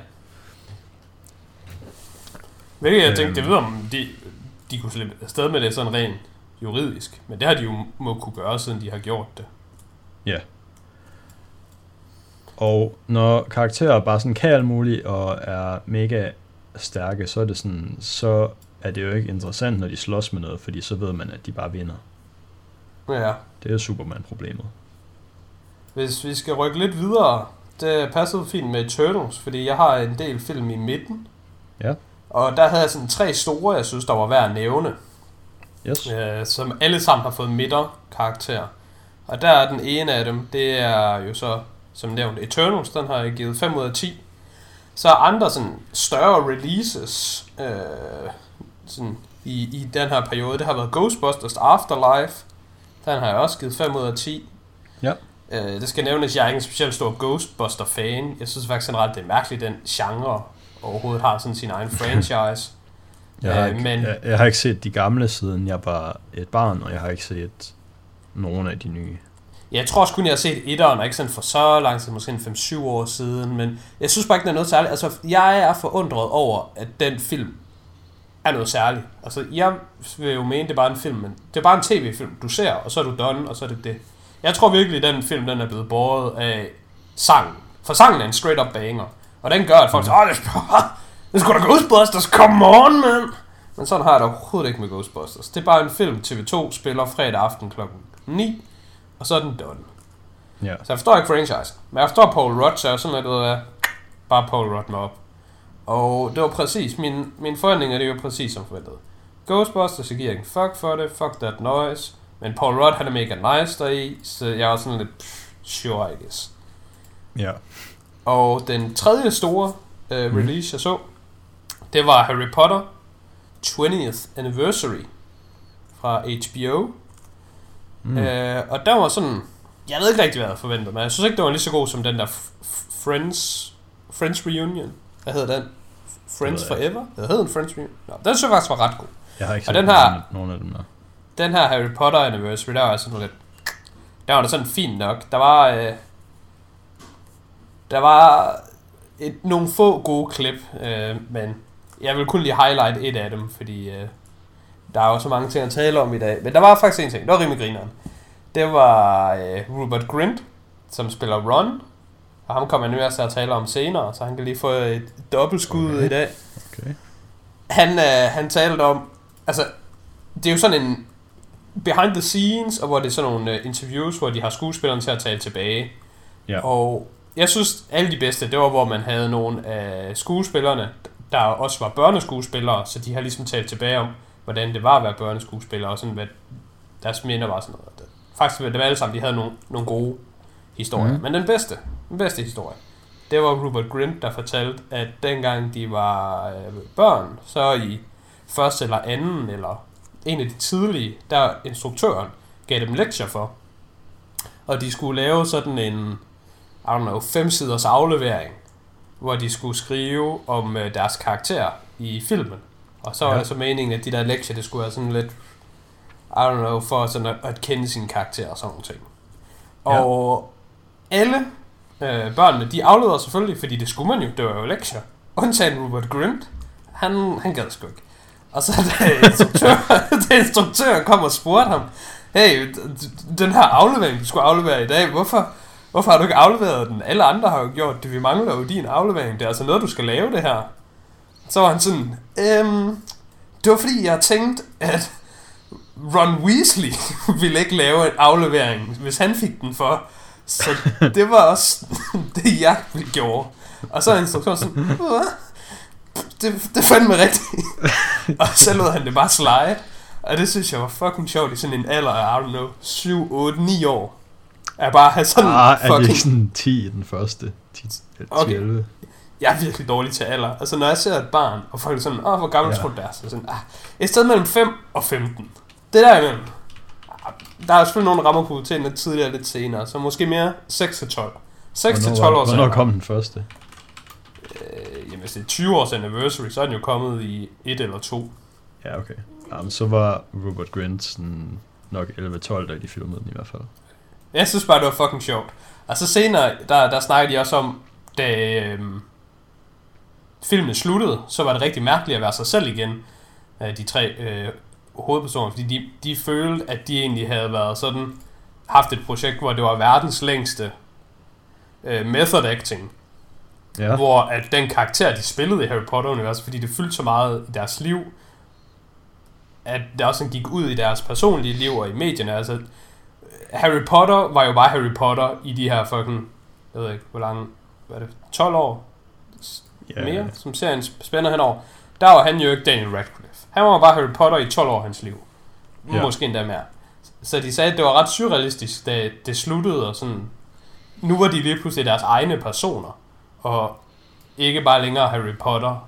B: Hvilket jeg tænkte, det ved om de kunne slippe afsted med det sådan rent juridisk, men det har de jo må kunne gøre, siden de har gjort det.
C: Ja. Og når karakterer bare sådan kan alt muligt og er mega stærke, så er det jo ikke interessant, når de slås med noget, fordi så ved man, at de bare vinder.
B: Ja.
C: Det er Superman-problemet.
B: Hvis vi skal rykke lidt videre, det passede fint med Eternals, fordi jeg har en del film i midten.
C: Ja.
B: Og der havde jeg sådan 3 store, jeg synes, der var værd at nævne.
C: Yes.
B: Som alle sammen har fået midterkarakter. Og der er den ene af dem, det er jo så, som nævnt, Eternals, den har jeg givet 5 ud af 10. Så er andre sådan større releases sådan i den her periode, det har været Ghostbusters Afterlife. Den har jeg også givet 5 ud af 10.
C: Ja.
B: Det skal nævnes, at jeg er ikke en specielt stor Ghostbuster-fan. Jeg synes faktisk generelt, det er mærkeligt, den genre overhovedet har sådan sin egen franchise.
C: Jeg har ikke set de gamle, siden jeg var et barn, og jeg har ikke set nogen af de nye.
B: Jeg tror også kun, jeg har set etteren, og ikke sådan for så lang tid, måske 5-7 år siden, men jeg synes bare ikke, det er noget særligt. Altså, jeg er forundret over, at den film er noget særligt. Altså, jeg vil jo mene, det er bare en film, men det er bare en tv-film, du ser, og så er du done, og så er det det. Jeg tror virkelig, at den film, den er blevet båret af sangen. For sangen er en straight-up banger, og den gør, at folk siger, det er sgu da Ghostbusters, come on, man! Men sådan har jeg det overhovedet ikke med Ghostbusters. Det er bare en film, TV2 spiller fredag aften klokken 9, og så er den done.
C: Ja.
B: Så jeg forstår ikke franchise. Men jeg forstår Paul Rudd, så er sådan noget, bare Paul Rudd mig op. Og det var præcis, mine forventninger, det var præcis som forventet. Ghostbusters, jeg giver ikke fuck for det, fuck that noise. Men Paul Rudd, han er mega nice deri, så jeg er også sådan lidt, sure, I guess.
C: Ja.
B: Og den tredje store release, jeg så, det var Harry Potter 20th Anniversary fra HBO. Og der var sådan, jeg ved ikke rigtig, hvad jeg havde forventet, men jeg synes ikke, det var lige så god som den der Friends Reunion. Hvad hedder den? Friends Forever? Det hed en Friends Reunion. Nå, den synes jeg faktisk var ret god.
C: Jeg har ikke
B: set
C: nogen af dem der.
B: Den her Harry Potter Anniversary, der var sådan lidt, der var det sådan fint nok. Der var nogle få gode klip, men jeg vil kun lige highlight et af dem, fordi der er jo så mange ting at tale om i dag. Men der var faktisk en ting, der var rimelig grineren. Det var Rupert Grint, som spiller Ron, og ham kommer jeg nu også at tale om senere, så han kan lige få et dobbeltskud i dag.
C: Okay.
B: han talte om, altså, det er jo sådan en behind the scenes, og hvor det er sådan nogle interviews, hvor de har skuespillerne til at tale tilbage.
C: Ja.
B: Og jeg synes, alle de bedste, det var, hvor man havde nogle af skuespillerne, der også var børneskuespillere, så de har ligesom talt tilbage om, hvordan det var at være børneskuespillere, og sådan, hvad deres minder var sådan noget. Faktisk, det var alle sammen, de havde nogle gode historier. Men den bedste historie, det var Rupert Grint, der fortalte, at dengang de var børn, så i første eller anden, eller en af de tidlige, der instruktøren gav dem lektier for. Og de skulle lave sådan en, 5-siders aflevering, hvor de skulle skrive om deres karakter i filmen. Og så var det så meningen, at de der lektier, det skulle være sådan lidt, for sådan at kende sin karakter og sådan nogle ting. Og alle børnene, de afleder selvfølgelig, fordi det skulle man jo, det var jo lektier. Undtagen Rupert Grint, han gad sgu ikke. Og så da instruktøren kom og spurgte ham, hey, den her aflevering, du skulle aflevere i dag, hvorfor har du ikke afleveret den? Alle andre har jo gjort det, vi mangler jo din aflevering, det er altså noget, du skal lave det her. Så var han sådan, det var fordi, jeg tænkte, at Ron Weasley ville ikke lave en aflevering, hvis han fik den for. Så det var også det, jeg gjorde. Og så er instruktøren sådan, det fandt mig rigtigt. Og så lod han det bare slide. Og det synes jeg var fucking sjovt i sådan en alder af, 7, 8, 9 år. At bare have sådan
C: fucking... er det ikke sådan 10 i den første? 10, 11?
B: Okay. Jeg er virkelig dårlig til alder. Altså når jeg ser et barn, og folk er sådan, hvor gammel tror du det er? Så sådan, et sted mellem 5 og 15. Det der imellem. Der er selvfølgelig nogle rammer på puberteten lidt tidligere og lidt senere, så måske mere 6 til 12. 6 til 12 år.
C: Hvornår kom den første?
B: Jamen hvis det er 20 års anniversary, så er den jo kommet i 1 eller 2.
C: Ja, okay. Jamen, så var Rupert Grint sådan nok 11-12, da de filmede den i hvert fald.
B: Jeg synes bare, det var fucking sjovt. Og så senere, der snakkede de også om, da filmen sluttede, så var det rigtig mærkeligt at være sig selv igen, de 3 hovedpersoner, fordi de følte, at de egentlig havde været sådan, haft et projekt, hvor det var verdens længste method acting, hvor at den karakter, de spillede i Harry Potter-universet, fordi det fyldte så meget i deres liv, at det også gik ud i deres personlige liv og i medierne. Altså, Harry Potter var jo bare Harry Potter i de her fucking, jeg ved ikke, hvor lange, hvad er det, 12 år mere, som serien spænder henover. Der var han jo ikke Daniel Radcliffe. Han var bare Harry Potter i 12 år af hans liv. Måske endda mere. Så de sagde, at det var ret surrealistisk, da det sluttede, og sådan, nu var de lige pludselig deres egne personer, og ikke bare længere Harry Potter.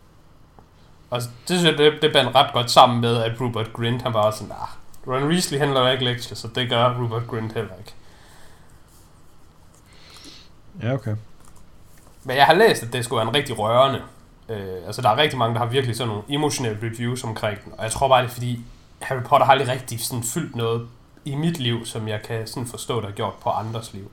B: Og det synes jeg, det bandt ret godt sammen med, at Rupert Grint, han var sådan, Ron Weasley, han laver ikke lektier, så det gør Rupert Grint heller ikke.
C: Ja, okay.
B: Men jeg har læst, at det skulle være en rigtig rørende. Altså, der er rigtig mange, der har virkelig sådan nogle emotionelle reviews omkring den. Og jeg tror bare, det er fordi, Harry Potter har aldrig rigtig sådan fyldt noget i mit liv, som jeg kan sådan forstå, der er gjort på andres liv.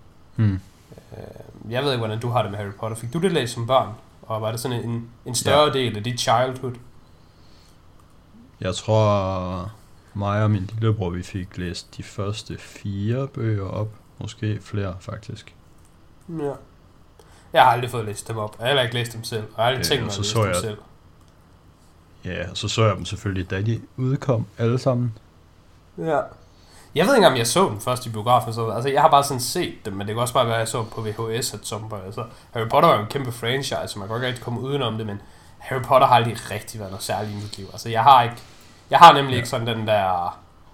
B: Jeg ved ikke, hvordan du har det med Harry Potter. Fik du det læst som børn? Og var det sådan en større del af dit childhood?
C: Jeg tror, mig og min lillebror, vi fik læst de første 4 bøger op. Måske flere, faktisk.
B: Ja. Jeg har aldrig fået læst dem op. Jeg har heller ikke læst dem selv. Jeg har aldrig tænkt mig at læse dem selv.
C: Ja, og så så jeg dem selvfølgelig, da de udkom alle sammen.
B: Ja. Jeg ved ikke, om jeg så den først i biografen. Så, altså, jeg har bare sådan set dem, men det kan også bare være, at jeg så på VHS at som altså, Harry Potter var jo en kæmpe franchise, så man kan ikke rigtig komme udenom det, men Harry Potter har aldrig rigtig været noget særligt i mit liv. Altså, jeg har nemlig ikke sådan den der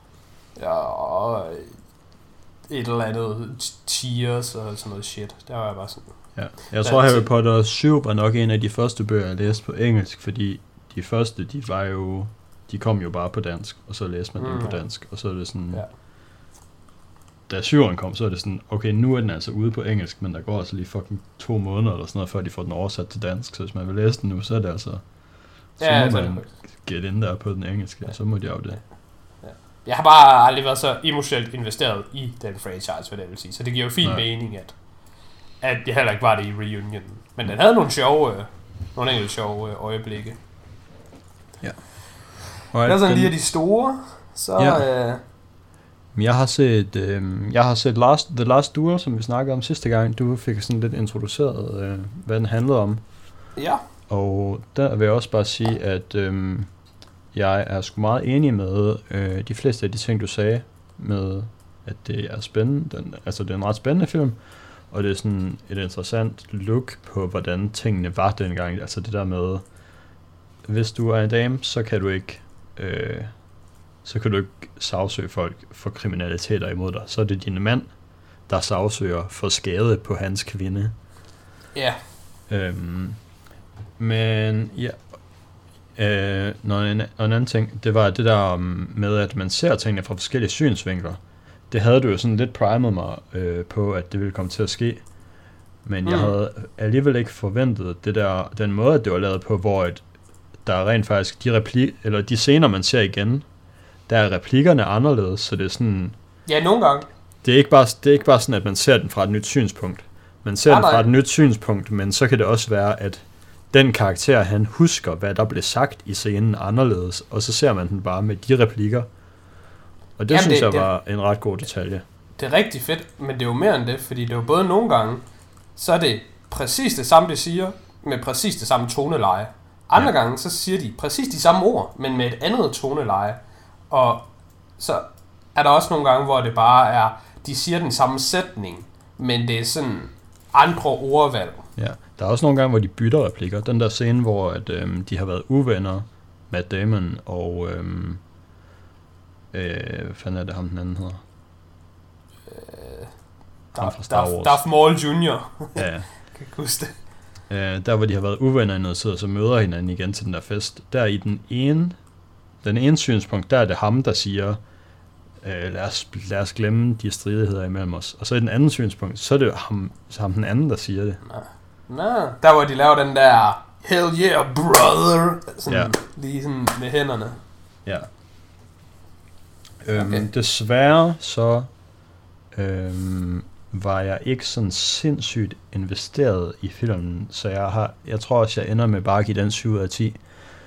B: et eller andet tears og sådan noget shit. Der var jeg bare sådan.
C: Ja. Jeg tror, Harry Potter 7 var nok en af de første bøger, jeg læste på engelsk, fordi de første, de kom jo bare på dansk, og så læste man dem på dansk, og så er det sådan, da 7'eren kom, så er det sådan, okay, nu er den altså ude på engelsk, men der går altså lige fucking 2 måneder eller sådan noget, før de får den oversat til dansk, så hvis man vil læse den nu, så er det altså, så må man get in der på den engelske, og så må de af det.
B: Jeg har bare aldrig været så emotionelt investeret i den franchise, hvad det vil sige, så det giver jo fin mening, at jeg heller ikke var det i reunion. Men den havde nogle enkelte sjove øjeblikke.
C: Ja.
B: Det er sådan lige af de store, så...
C: Jeg har set The Last Duel, som vi snakkede om sidste gang. Du fik sådan lidt introduceret, hvad den handlede om.
B: Ja.
C: Og der vil jeg også bare sige, at jeg er sgu meget enig med de fleste af de ting, du sagde, med at det er spændende. Det er en ret spændende film, og det er sådan et interessant look på, hvordan tingene var dengang. Altså det der med, hvis du er en dame, så kan du ikke sagsøge folk for kriminaliteter imod dig. Så er det din mand, der sagsøger for skade på hans kvinde.
A: Ja.
C: Men ja, en anden ting, det var det der med, at man ser tingene fra forskellige synsvinkler. Det havde du jo sådan lidt primet mig på, at det ville komme til at ske. Men jeg havde alligevel ikke forventet den måde, at det var lavet på, hvor der er rent faktisk de scener, man ser igen, der er replikkerne anderledes, så det er sådan...
A: Ja, nogle gange.
C: Det er ikke bare sådan, at man ser den fra et nyt synspunkt. Man ser den fra et nyt synspunkt, men så kan det også være, at den karakter, han husker, hvad der blev sagt i scenen anderledes, og så ser man den bare med de replikker. Og det synes jeg var en ret god detalje.
A: Det er rigtig fedt, men det er jo mere end det, fordi det er jo både nogle gange, så er det præcis det samme, de siger, med præcis det samme toneleje. Andre gange, så siger de præcis de samme ord, men med et andet toneleje. Og så er der også nogle gange, hvor det bare er, de siger den samme sætning, men det er sådan andre ordvalg. Ja,
C: der er også nogle gange, hvor de bytter replikker. Den der scene, hvor at, de har været uvenner, Matt Damon og... hvad fanden er det, ham den anden hedder?
A: Darth Maul Jr.
C: Ja.
A: Kan ikke huske det.
C: Der hvor de har været uvenner i noget tid, og så møder hinanden igen til den der fest. Der i den ene synspunkt, der er det ham, der siger, lad os glemme de stridigheder imellem os. Og så i den anden synspunkt, så er det ham den anden, der siger det.
A: Nå, der hvor de laver den der hell yeah brother, sådan, lige sådan med hænderne.
C: Ja. Desværre så var jeg ikke sådan sindssygt investeret i filmen, så jeg tror også, jeg ender med bare at give den 7 ud af 10.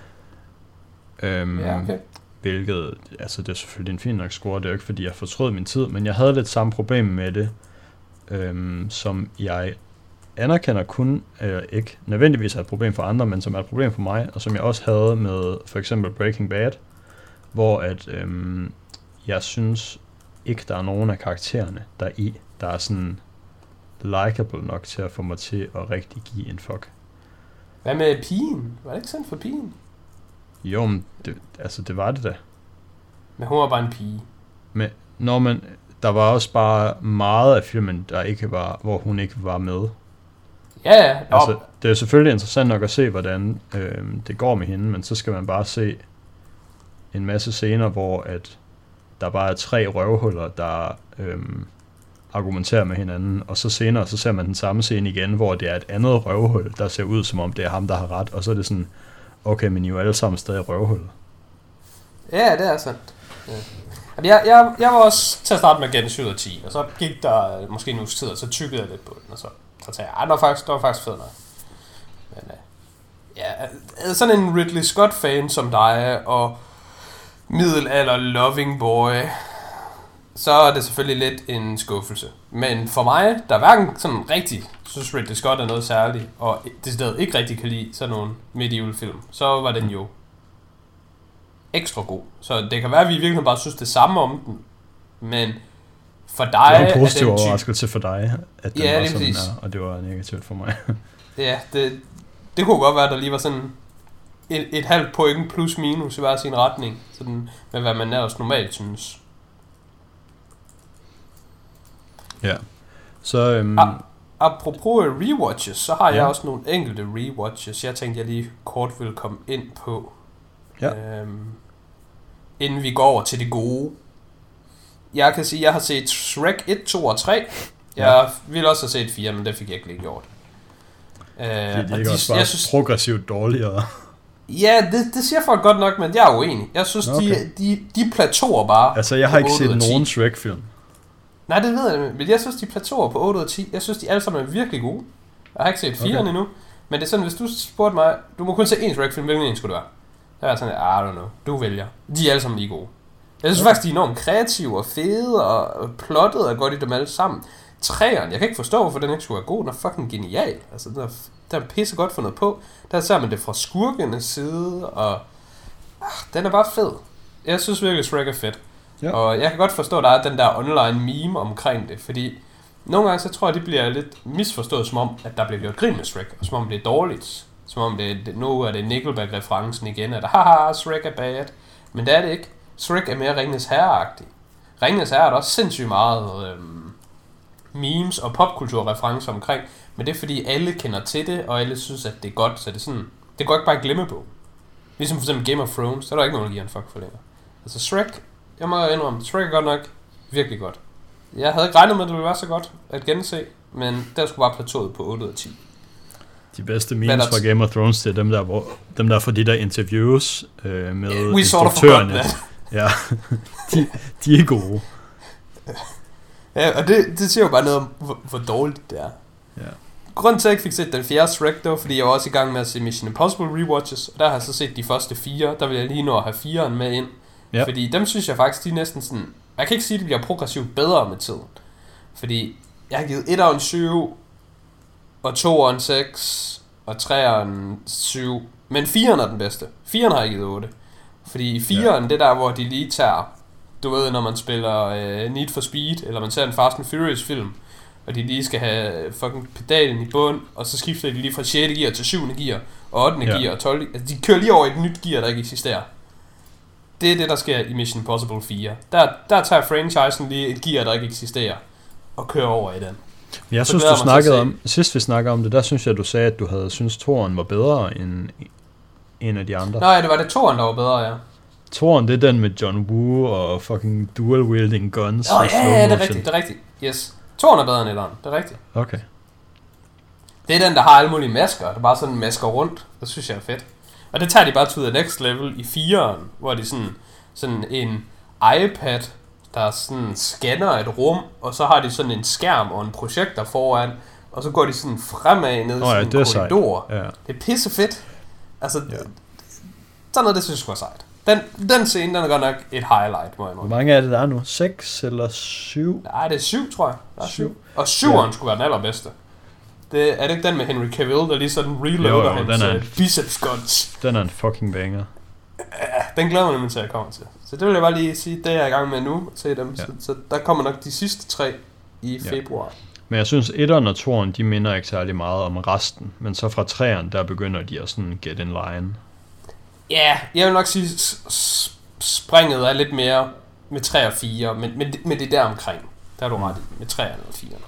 A: Okay.
C: Hvilket, altså det er selvfølgelig en fin nok score, det er jo ikke fordi jeg fortrød min tid, men jeg havde lidt samme problem med det, som jeg anerkender kun ikke nødvendigvis er et problem for andre, men som er et problem for mig, og som jeg også havde med for eksempel Breaking Bad, hvor at jeg synes ikke, der er nogen af karaktererne der er sådan likeable nok til at få mig til at rigtig give en fuck.
A: Hvad med pigen? Var det ikke sådan for pigen?
C: Jo, men det var det da.
A: Men hun var bare en pige.
C: Men der var også bare meget af filmen, der ikke var, hvor hun ikke var med.
A: Ja.
C: Altså, det er selvfølgelig interessant nok at se, hvordan det går med hende, men så skal man bare se en masse scener, hvor at der bare er 3 røvhuller, der argumenterer med hinanden, og så senere, så ser man den samme scene igen, hvor det er et andet røvhul, der ser ud som om det er ham, der har ret, og så er det sådan, okay, men I er jo alle sammen stadig røvhuller.
A: Ja, det er sandt. Ja. Jeg var også til at starte med gen 7 ud af 10, og så gik der måske en uges tid, og så tykkede jeg lidt på den, og så tænkte jeg, det var faktisk fedt nok. Men sådan en Ridley Scott-fan som dig, og middelalder loving boy, så er det selvfølgelig lidt en skuffelse. Men for mig, der hverken sådan rigtig synes Ridley Scott er noget særligt, og decideret ikke rigtig kan lide sådan nogle medieval film, så var den jo ekstra god. Så det kan være, at vi virkelig bare synes det samme om den, men for dig
C: det var en positiv overraskelse for dig, at den var sådan der, og det var negativt for mig.
A: Ja, det kunne godt være, at der lige var sådan et halvt point plus minus i hver sin retning, sådan med hvad man ellers normalt synes.
C: Ja. Så
A: apropos rewatches, så har jeg også nogle enkelte rewatches, jeg tænkte, jeg lige kort vil komme ind på.
C: Ja.
A: Inden vi går over til det gode. Jeg kan sige, at jeg har set Shrek 1, 2 og 3. Jeg ville også have set 4, men det fik jeg ikke lige gjort.
C: Det er ikke også bare progressivt dårligere.
A: Ja, det siger folk godt nok, men jeg er uenig. Jeg synes, de plateauer bare.
C: Altså, jeg har ikke set nogen Shrek-film.
A: Nej, det ved jeg, men jeg synes, de plateauer på 8 ud af 10, jeg synes, de alle sammen er virkelig gode. Jeg har ikke set 4'eren endnu, men det er sådan, hvis du spurgte mig, du må kun se én Shrek-film, hvilken en skulle det være? Der er sådan, I don't know, du vælger. De er alle sammen lige gode. Jeg synes faktisk, de er enormt kreative og fede, og plottet er godt i dem alle sammen.
B: 3'eren, jeg kan ikke forstå, hvorfor den ikke skulle være god. Den er fucking genial. Altså, den er pisse godt fundet på. Der ser man det fra skurkenes side, og den er bare fed. Jeg synes virkelig, Shrek er fedt. Ja. Og jeg kan godt forstå, at der er den der online meme omkring det, fordi nogle gange så tror jeg, det bliver lidt misforstået, som om, at der bliver gjort grin med Shrek, og som om det er dårligt. Som om nu er det Nickelback-referencen igen, at haha, Shrek er bad. Men det er det ikke. Shrek er mere Ringenes Herre-agtig. Ringenes Herre er der også sindssygt meget memes og popkulturreferencer omkring, men det er fordi alle kender til det, og alle synes, at det er godt, så det er sådan, det går ikke bare glemme på. Ligesom for eksempel Game of Thrones, der er der ikke nogen, der giver en fuck for længere. Altså Shrek, jeg må indrømme, Shrek er godt nok virkelig godt. Jeg havde ikke regnet med, at det ville være så godt at gense, men der skulle bare plateauet på 8 ud af 10.
C: De bedste memes fra Game of Thrones, det er dem der fra de der interviews med instruktørerne. Ja, de er gode.
B: Ja, og det siger jo bare noget om, hvor dårligt det er.
C: Ja.
B: Grunden til, at jeg ikke fik set den fjerde Shrek, det var, fordi jeg var også i gang med at se Mission Impossible rewatches, og der har jeg så set de første 4, der vil jeg lige nå at have 4'eren med ind. Ja. Fordi dem synes jeg faktisk, de er næsten sådan, jeg kan ikke sige, at de bliver progressivt bedre med tiden. Fordi jeg har givet 1'eren 7, og 2'eren 6, og 3'eren 7, men 4'eren er den bedste. 4'eren har jeg givet 8. Fordi 4'eren, det der, hvor de lige tager, du ved, når man spiller Need for Speed, eller man ser en Fast and Furious film, og de lige skal have fucking pedalen i bund, og så skifter de lige fra 6. gear til 7. gear, og 8. gear og 12. Altså, de kører lige over i et nyt gear, der ikke eksisterer. Det er det, der sker i Mission Impossible 4. Der tager franchisen lige et gear, der ikke eksisterer, og kører over i den.
C: Jeg synes, du snakkede om, sidst vi snakkede om det, der synes jeg, du sagde, at du havde synes, toren var bedre end en af de andre.
B: Nej, det var det toren, der var bedre, ja.
C: Toren, det er den med John Woo og fucking dual wielding guns.
B: Ja, det er rigtigt, Yes. Toren er bedre end etteren, det er rigtigt.
C: Okay.
B: Det er den, der har alle mulige masker, der bare sådan masker rundt. Det synes jeg er fedt. Og det tager de bare to the next level i 4'eren, hvor de sådan en iPad, der sådan scanner et rum, og så har de sådan en skærm og en projektor foran, og så går de sådan fremad ned i sådan en korridor. Ja. Det er pisse fedt. Altså, sådan noget, det synes jeg var sejt. Den scene, den er godt nok et highlight, må jeg.
C: Hvor mange er det, der er nu? 6 eller 7?
B: Nej, det er 7, tror jeg. Der er 7. Og 7'eren skulle være den allerbedste. Er det ikke den med Henry Cavill, der lige sådan reloader hans biceps guns?
C: Den er en fucking banger.
B: Ja, den glæder mig nemlig til, at jeg kommer til. Så det vil jeg bare lige sige, det er jeg i gang med nu, at se dem. Ja. Så der kommer nok de sidste 3 i februar.
C: Men jeg synes, 1'eren og 2'eren, de minder ikke særlig meget om resten. Men så fra 3'eren, der begynder de at sådan get in line.
B: Ja, jeg vil nok sige, springet er lidt mere med 3 og 4, men det er der omkring. Der er du ret i, med 3'eren og 4'eren.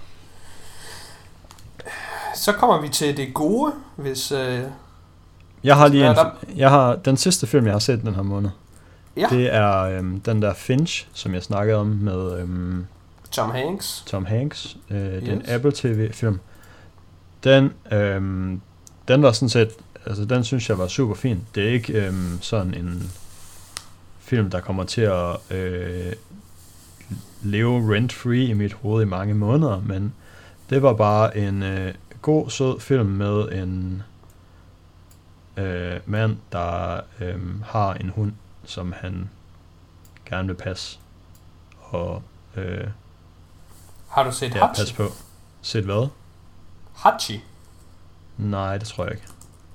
B: Så kommer vi til det gode, hvis...
C: Jeg har lige den sidste film, jeg har set den her måned. Ja. Det er den der Finch, som jeg snakkede om med...
B: Tom Hanks.
C: Det er en Apple TV-film. Den var sådan set... Altså, den synes jeg var super fin. Det er ikke sådan en film, der kommer til at leve rent-free i mit hoved i mange måneder, men det var bare en god, sød film med en mand, der har en hund, som han gerne vil passe. Og
B: har du set Hachi?
C: Pas på. Set hvad?
B: Hachi?
C: Nej, det tror jeg ikke.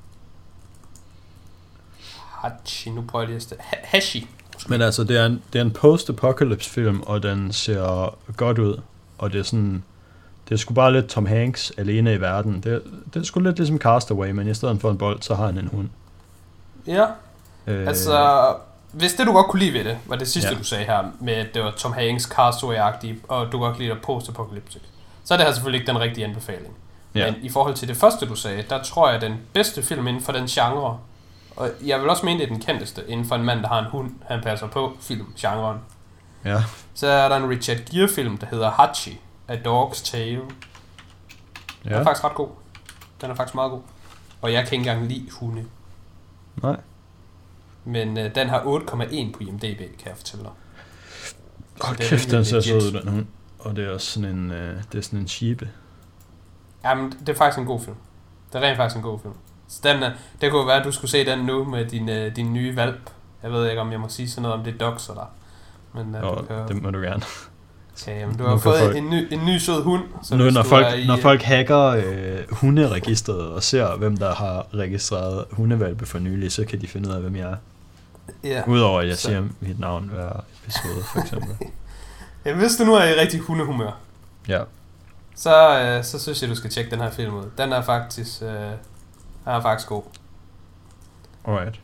B: Hachi, nu prøver jeg lige at stille. Hashi.
C: Men altså, det er en post-apocalypse film, og den ser godt ud. Og det er sådan... Det er sgu bare lidt Tom Hanks alene i verden. Det er sgu lidt ligesom Castaway, men i stedet for en bold, så har han en hund.
B: Ja. Altså, hvis det du godt kunne lide ved det, var det sidste du sagde her, med at det var Tom Hanks Castaway-agtigt, og du godt lide det post-apocalyptic, så er det her selvfølgelig ikke den rigtige anbefaling. Ja. Men i forhold til det første du sagde, der tror jeg, den bedste film inden for den genre, og jeg vil også mene, det er den kendteste inden for en mand, der har en hund, han passer på film-genren.
C: Ja.
B: Så er der en Richard Gere-film, der hedder Hachi, A Dog's Tale. Den er faktisk ret god. Den er faktisk meget god. Og jeg kan ikke engang lide hunde.
C: Nej.
B: Men den har 8,1 på IMDb, kan jeg fortælle dig.
C: Kæft, den ser sød ud, den hund. Og det er også sådan en, det er sådan en sheepe.
B: Jamen, det er faktisk en god film. Det er rent faktisk en god film. Så det kunne være, at du skulle se den nu med din nye valp. Jeg ved ikke, om jeg må sige sådan noget om det doxer der. Men
C: det må du gerne.
A: Ja, jamen, du har fået en ny sød hund.
C: Nu, når folk hacker hunderegistret og ser, hvem der har registreret hundevalpe for nylig, så kan de finde ud af, hvem jeg er.
A: Ja.
C: Udover at jeg siger mit navn hver episode, for eksempel.
A: Ja, hvis du nu er i rigtig hundehumør,
C: ja.
A: så synes jeg, du skal tjekke den her film ud. Den er faktisk god.
C: Alright.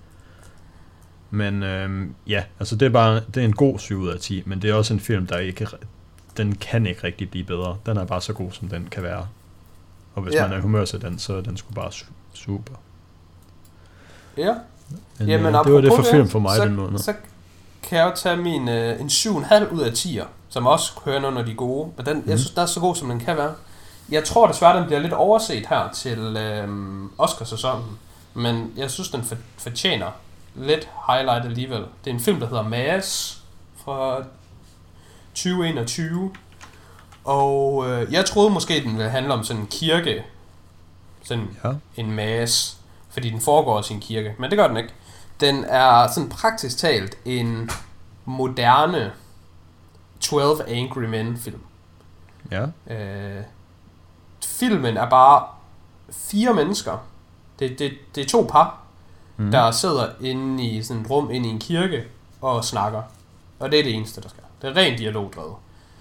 C: Men ja, altså det er en god 7 ud af 10, men det er også en film, den kan ikke rigtig blive bedre. Den er bare så god, som den kan være. Og hvis man er humør til den, så er den sgu bare super.
A: Ja.
C: Men, jamen, det var det for film for mig den måned.
A: Så kan jeg jo tage min en 7,5 ud af 10'er, som også hører under de gode. Men den, jeg synes, den er så god, som den kan være. Jeg tror desværre, den bliver lidt overset her til Oscarsæsonen. Men jeg synes, den fortjener lidt highlight alligevel. Det er en film, der hedder Mass fra 2021. Og jeg troede måske, den ville handle om sådan en kirke. Sådan en mass. Fordi den foregår også i en kirke. Men det gør den ikke. Den er sådan praktisk talt en moderne 12 Angry Men film.
C: Ja.
A: Filmen er bare 4 mennesker. Det er 2 par, der sidder inde i sådan et rum, inde i en kirke og snakker. Og det er det eneste, der skal. Det er ren dialogdrevet.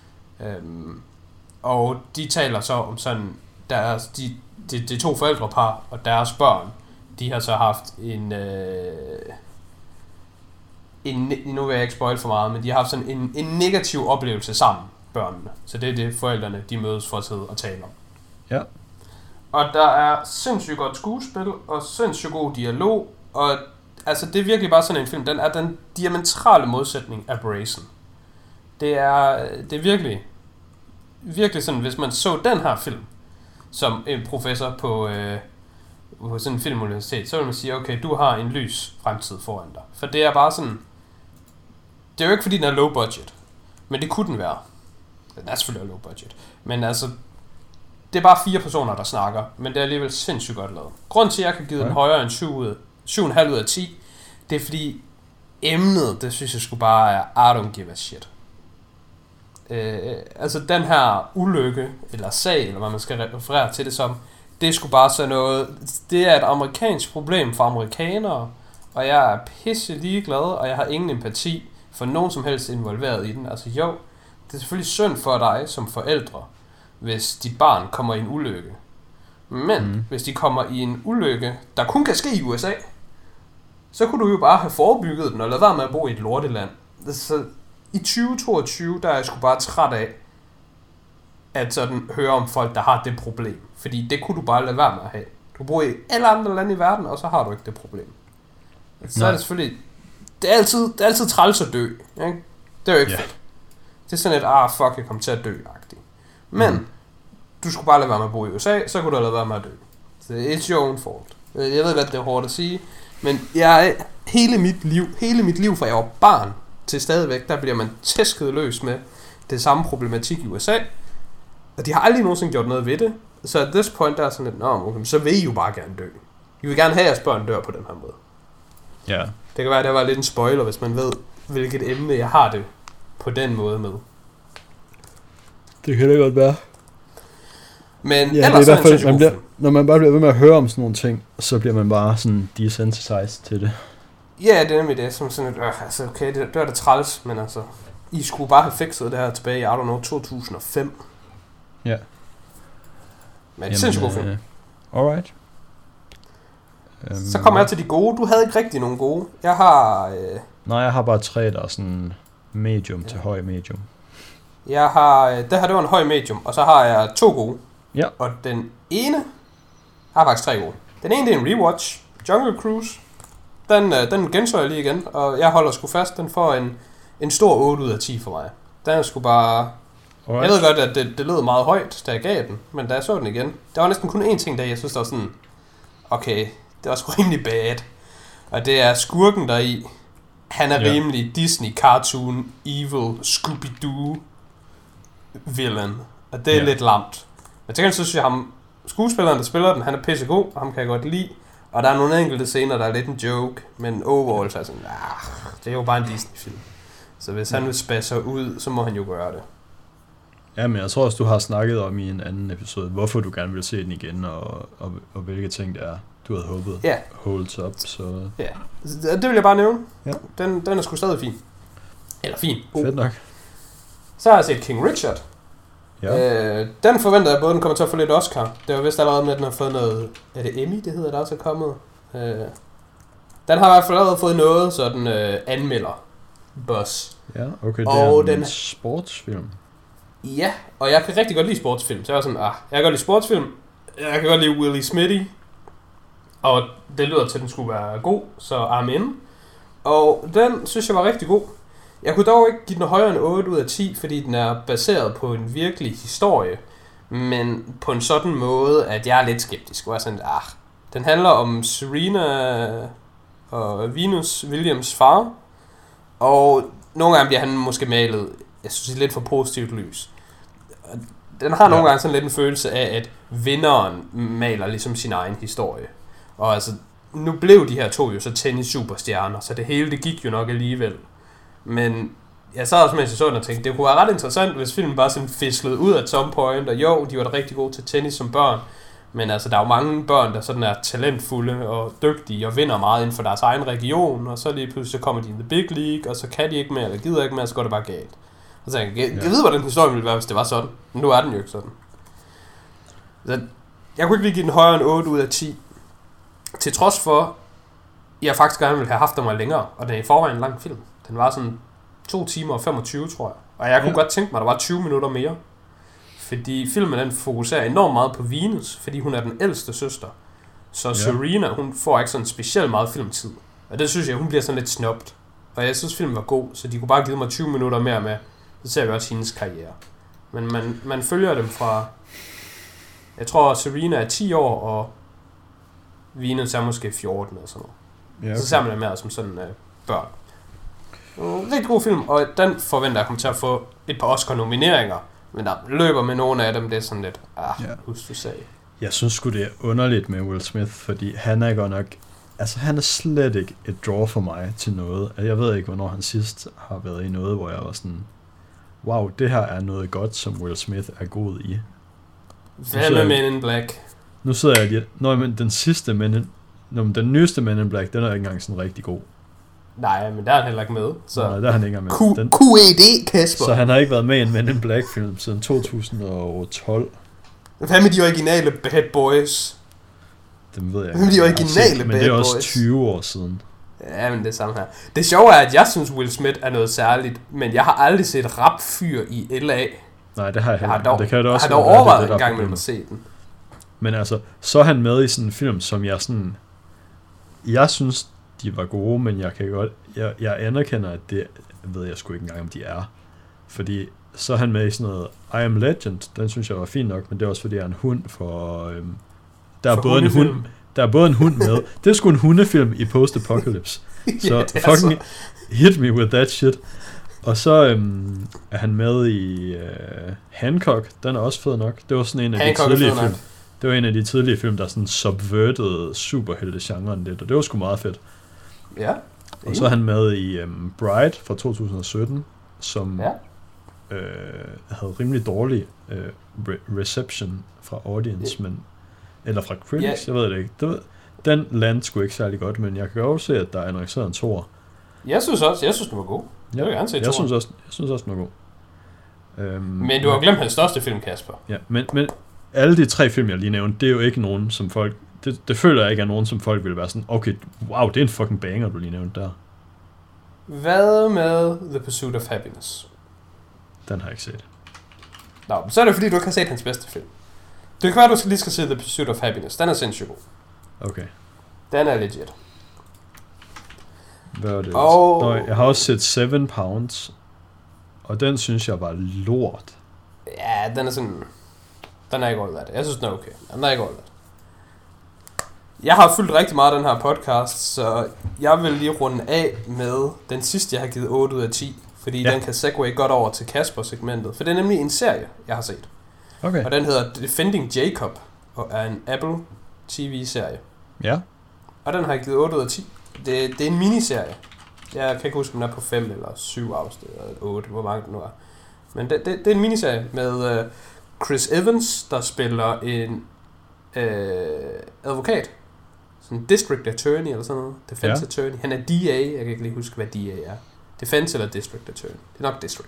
A: Og de taler så om sådan, det er 2 forældrepar og deres børn. De har så haft nu vil jeg ikke spoil for meget, men de har haft sådan en negativ oplevelse sammen, børnene. Så det er det, forældrene de mødes for at sidde og tale om.
C: Ja.
A: Og der er sindssygt godt skuespil, og sindssygt god dialog, og altså det er virkelig bare sådan en film, den er den diametrale modsætning af Brazen. Det er virkelig sådan, hvis man så den her film, som en professor på sådan en filmuniversitet, så vil man sige, okay, du har en lys fremtid foran dig. For det er bare sådan, det er jo ikke fordi den er low budget, men det kunne den være. Den er selvfølgelig low budget, men altså, det er bare 4 personer, der snakker, men det er alligevel sindssygt godt lavet. Grunden til, at jeg kan give den højere end 7,5 ud af 10, det er fordi emnet, det synes jeg sgu bare er I don't give a shit. Altså den her ulykke, eller sag, eller hvad man skal referere til det som, det er sgu bare sådan noget, det er et amerikansk problem for amerikanere, og jeg er pisse ligeglad, og jeg har ingen empati for nogen som helst involveret i den. Altså jo, det er selvfølgelig synd for dig som forældre, hvis dit barn kommer i en ulykke. Men hvis de kommer i en ulykke, der kun kan ske i USA, så kunne du jo bare have forebygget den, og lade være med at bo i et lorteland. Så i 2022, der er jeg sgu bare træt af, at sådan høre om folk, der har det problem. Fordi det kunne du bare lade være med at have. Du bor i alle andre lande i verden, og så har du ikke det problem. Så er det selvfølgelig, det er altid træls at dø. Ikke? Det er jo ikke fedt. Det er sådan et, fuck, jeg kom til at dø-agtigt. Men du skulle bare lade være med at bo i USA, så kunne du lade være med at dø. Så it's your own fault. Jeg ved godt, det er hårdt at sige, men hele mit liv, fra jeg var barn til stadigvæk, der bliver man tæsket løs med det samme problematik i USA. Og de har aldrig nogensinde gjort noget ved det. Så at this point, der er sådan lidt, okay, så vil I jo bare gerne dø. I vil gerne have, at jeres børn dør på den her måde.
C: Ja.
A: Det kan være, at det var lidt en spoiler, hvis man ved, hvilket emne jeg har det på den måde med.
C: Det kan det godt være.
A: Men
C: ja,
A: ellers
C: det er i hvert fald, når man bare bliver ved med at høre om sådan nogle ting, så bliver man bare sådan desensitized til det.
A: Ja, det er nemlig det, som sådan et, altså okay, det var det træls, men altså, I skulle bare have fikset det her tilbage i, I don't know, 2005.
C: Ja.
A: Men det er sindssygt god film.
C: Alright.
A: Så kommer jeg til de gode. Du havde ikke rigtig nogen gode. Jeg har...
C: Nej, jeg har bare 3, der er sådan medium til høj medium.
A: Jeg har... Det her, det var en høj medium, og så har jeg 2 gode.
C: Ja.
A: Og den ene har faktisk 3 gode. Den ene, det er en rewatch. Jungle Cruise. Den genså jeg lige igen, og jeg holder sgu fast. Den får en stor 8 ud af 10 for mig. Den er sgu bare... Alright. Jeg ved godt, at det lød meget højt, da jeg gav den, men da jeg så den igen, der var næsten kun én ting, der jeg synes, der var sådan, okay, det var sgu rimelig bad. Og det er skurken deri. Han er rimelig Disney cartoon, evil, Scooby-Doo villain. Og det er lidt lamt. Men til gengæld synes jeg, ham skuespilleren, der spiller den, han er pissegod, og ham kan jeg godt lide. Og der er nogle enkelte scener, der er lidt en joke, men overall så er sådan, det er jo bare en Disney-film. Så hvis han vil spæsse sig ud, så må han jo gøre det.
C: Ja, men jeg tror også, du har snakket om i en anden episode, hvorfor du gerne vil se den igen, og hvilke ting det er, du havde håbet holds up. Så...
B: Ja, det vil jeg bare nævne.
C: Ja.
B: Den er sgu stadig fin. Eller fin.
C: Fedt nok.
B: Så har jeg set King Richard.
C: Ja.
B: Den forventer jeg både, den kommer til at få lidt Oscar. Det var vist allerede med, at den har fået noget... Er det Emmy, det hedder, der også er kommet? Den har i hvert fald allerede fået noget, så den anmelder boss.
C: Ja, okay, det
B: og
C: er en sportsfilm.
B: Ja, og jeg kan rigtig godt lide sportsfilm. Så jeg var sådan, jeg kan godt lide sportsfilm. Jeg kan godt lide Willie Smitty. Og det lyder til, at den skulle være god, så I'm in. Og den synes jeg var rigtig god. Jeg kunne dog ikke give den højere end 8 ud af 10, fordi den er baseret på en virkelig historie. Men på en sådan måde, at jeg er lidt skeptisk. Jeg er sådan, den handler om Serena og Venus Williams far. Og nogle gange bliver han måske malet, jeg synes, lidt for positivt lys. Den har nogle gange sådan lidt en følelse af, at vinderen maler ligesom sin egen historie. Og altså, nu blev de her to jo så tennis-superstjerner, så det hele, det gik jo nok alligevel. Men jeg sad også, mens jeg så den og tænkte, det kunne være ret interessant, hvis filmen bare sådan fislede ud at some point, og jo, de var da rigtig gode til tennis som børn, men altså, der er jo mange børn, der sådan er talentfulde og dygtige og vinder meget inden for deres egen region, og så lige pludselig så kommer de i the big league, og så kan de ikke mere, eller gider ikke mere, så går det bare galt. Og så tænkte jeg ved, hvordan historien ville være, hvis det var sådan. Men nu er den jo ikke sådan. Så jeg kunne ikke lige give den højere end 8 ud af 10. Til trods for, jeg faktisk gerne ville have haft den mig længere, og den er i forvejen en lang film. Den var sådan 2 timer og 25, tror jeg. Og jeg kunne godt tænke mig, at der var 20 minutter mere. Fordi filmen den fokuserer enormt meget på Venus, fordi hun er den ældste søster. Så Serena, hun får ikke sådan specielt meget filmtid. Og det synes jeg, hun bliver sådan lidt snobt. Og jeg synes, filmen var god, så de kunne bare give mig 20 minutter mere med. Så ser vi også hendes karriere. Men man følger dem fra... Jeg tror, Serena er 10 år, og Venus er måske 14 eller sådan noget. Ja, okay. Så ser man dem mere som sådan børn. Rigtig god film, og den forventer jeg kommer til at få et par Oscar-nomineringer. Men der løber med nogle af dem, det er sådan lidt... husk du sagde.
C: Jeg synes sgu, det er underligt med Will Smith, fordi han er godt nok... Altså, han er slet ikke et draw for mig til noget. Jeg ved ikke, hvornår han sidst har været i noget, hvor jeg var sådan... Wow, det her er noget godt, som Will Smith er god i.
B: Hvad med Men in Black?
C: Nu sidder jeg lige... men den nyeste Men in Black, den er ikke engang sådan rigtig god.
B: Nej, men der er han heller ikke med. Så.
C: Nej, der er han ikke engang med.
B: QED, Kasper.
C: Så han har ikke været med i en Men in Black-film siden 2012.
B: Hvad med de originale Bad Boys?
C: Dem ved jeg
B: ikke. Hvad med de originale Bad Boys?
C: Men det er også 20 år siden.
B: Ja, men det er samme her. Det sjove er, at jeg synes, Will Smith er noget særligt, men jeg har aldrig set Rap-fyr i LA.
C: Nej, det har jeg heller
B: ikke. Jeg har dog overvejet en gang med at se den.
C: Men altså, så er han med i sådan en film, som jeg sådan... Jeg synes, de var gode, men jeg kan godt... Jeg anerkender, at det ved jeg sgu ikke engang, om de er. Fordi så er han med i sådan noget I Am Legend. Den synes jeg var fin nok, men det er også fordi, jeg er en hund for... der er både en hund... Der er både en hund med. Det er sgu en hundefilm i post-apocalypse. Så fucking hit me with that shit. Og så er han med i Hancock. Den er også fed nok. Det var sådan en af de tidlige film. Det var en af de tidlige film, der sådan subvertede superhelte-genren lidt. Og det var sgu meget fedt.
B: Ja.
C: Og så er han med i Bride fra 2017, som havde rimelig dårlig reception fra audience, men eller fra critics, jeg ved det ikke. Den landede sgu ikke særlig godt, men jeg kan også se, at der er annonceret en toer.
B: Jeg synes den var god. Jeg vil gerne se
C: jeg synes også, den var god.
B: Men du har glemt hans største film, Kasper.
C: Ja, men alle de 3 film, jeg lige nævnte, det er jo ikke nogen, som folk... Det føler jeg ikke er nogen, som folk vil være sådan, okay, wow, det er en fucking banger, du lige nævnte der.
B: Hvad med The Pursuit of Happiness?
C: Den har jeg ikke set.
B: Nå, så er det fordi, du ikke har set hans bedste film. Det kan være, du lige skal se The Pursuit of Happiness. Den er sindssygt god.
C: Okay.
B: Den er legit.
C: Hvad er det? Jeg har også set 7 Pounds, og den synes jeg var lort.
B: Ja, den er sådan... Den er ikke all that. Jeg synes, den er okay. Den er ikke all that. Jeg har fyldt rigtig meget af den her podcast, så jeg vil lige runde af med den sidste, jeg har givet 8 ud af 10. Fordi den kan segue godt over til Kasper-segmentet. For det er nemlig en serie, jeg har set.
C: Okay.
B: Og den hedder Defending Jacob, og er en Apple TV-serie.
C: Ja.
B: Og den har jeg givet 8 ud af 10. Det er en miniserie. Jeg kan ikke huske, om den er på 5 eller 7 afsnit, eller 8, hvor mange den nu er. Men det er en miniserie med Chris Evans, der spiller en advokat. Sådan en district attorney eller sådan noget. Defense attorney. Han er DA, jeg kan ikke lige huske, hvad DA er. Defense eller district attorney. Det er nok district.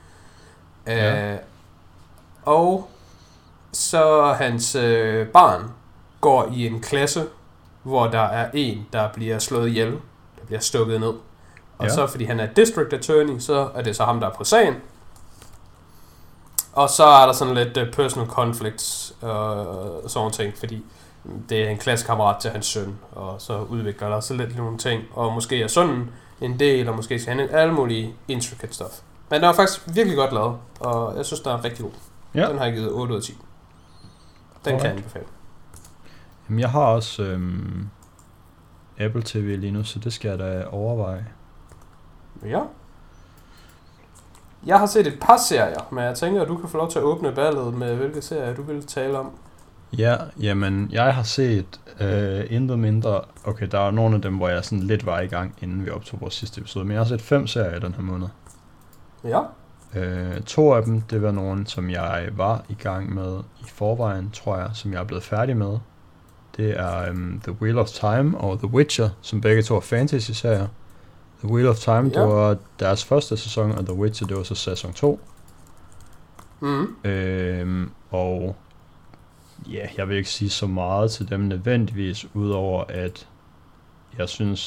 B: Og så hans barn går i en klasse, hvor der er en, der bliver slået ihjel, der bliver stukket ned. Og så fordi han er district attorney, så er det så ham, der er på sagen. Og så er der sådan lidt personal conflicts og sådan ting, fordi det er en klassekammerat til hans søn, og så udvikler der så lidt nogle ting, og måske er sønnen en del, og måske skal han alle mulige intricate stuff. Men den er faktisk virkelig godt lavet, og jeg synes, den er rigtig god. Ja. Den har jeg givet 8 ud af 10. Den kan jeg anbefale.
C: Jamen, jeg har også Apple TV lige nu, så det skal jeg da overveje.
B: Ja. Jeg har set et par serier, men jeg tænker, at du kan få lov til at åbne ballet med, hvilke serier du vil tale om.
C: Ja, jamen, jeg har set intet mindre. Okay, der er nogle af dem, hvor jeg sådan lidt var i gang, inden vi optog vores sidste episode, men jeg har set 5 serier den her måned.
B: Ja.
C: 2 af dem, det var nogle, som jeg var i gang med i forvejen, tror jeg, som jeg er blevet færdig med. Det er The Wheel of Time og The Witcher, som begge to er fantasy-serier. The Wheel of Time, det var deres første sæson, og The Witcher, det var så sæson 2. Og ja, jeg vil ikke sige så meget til dem nødvendigvis, udover at jeg synes,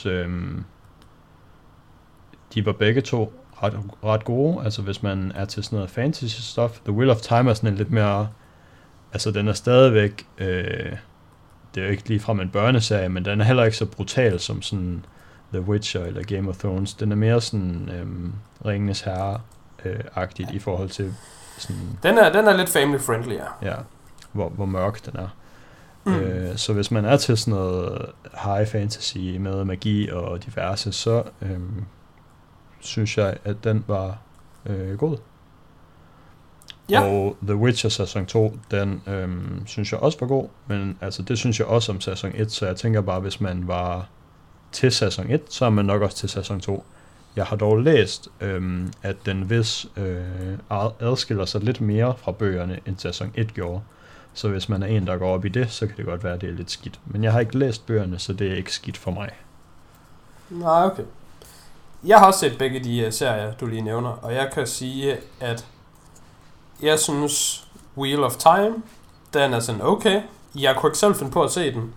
C: de var begge to ret gode. Altså hvis man er til sådan noget fantasy stuff. The Wheel of Time er sådan en lidt mere, altså den er stadigvæk, det er jo ikke ligefrem en børneserie, men den er heller ikke så brutal som sådan The Witcher eller Game of Thrones. Den er mere sådan Ringenes Herre-agtigt i forhold til sådan...
B: Den er lidt family friendly,
C: ja. Hvor mørk den er. Så hvis man er til sådan noget high fantasy med magi og diverse, så synes jeg, at den var god. Ja. Og The Witcher sæson 2, den synes jeg også var god, men altså det synes jeg også om sæson 1, så jeg tænker bare, hvis man var til sæson 1, så er man nok også til sæson 2. Jeg har dog læst, at den adskiller sig lidt mere fra bøgerne, end sæson 1 gjorde. Så hvis man er en, der går op i det, så kan det godt være, at det er lidt skidt. Men jeg har ikke læst bøgerne, så det er ikke skidt for mig.
B: Nej, okay. Jeg har også set begge de serier, du lige nævner, og jeg kan sige, at jeg synes Wheel of Time, den er sådan okay. Jeg kunne ikke selv finde på at se den.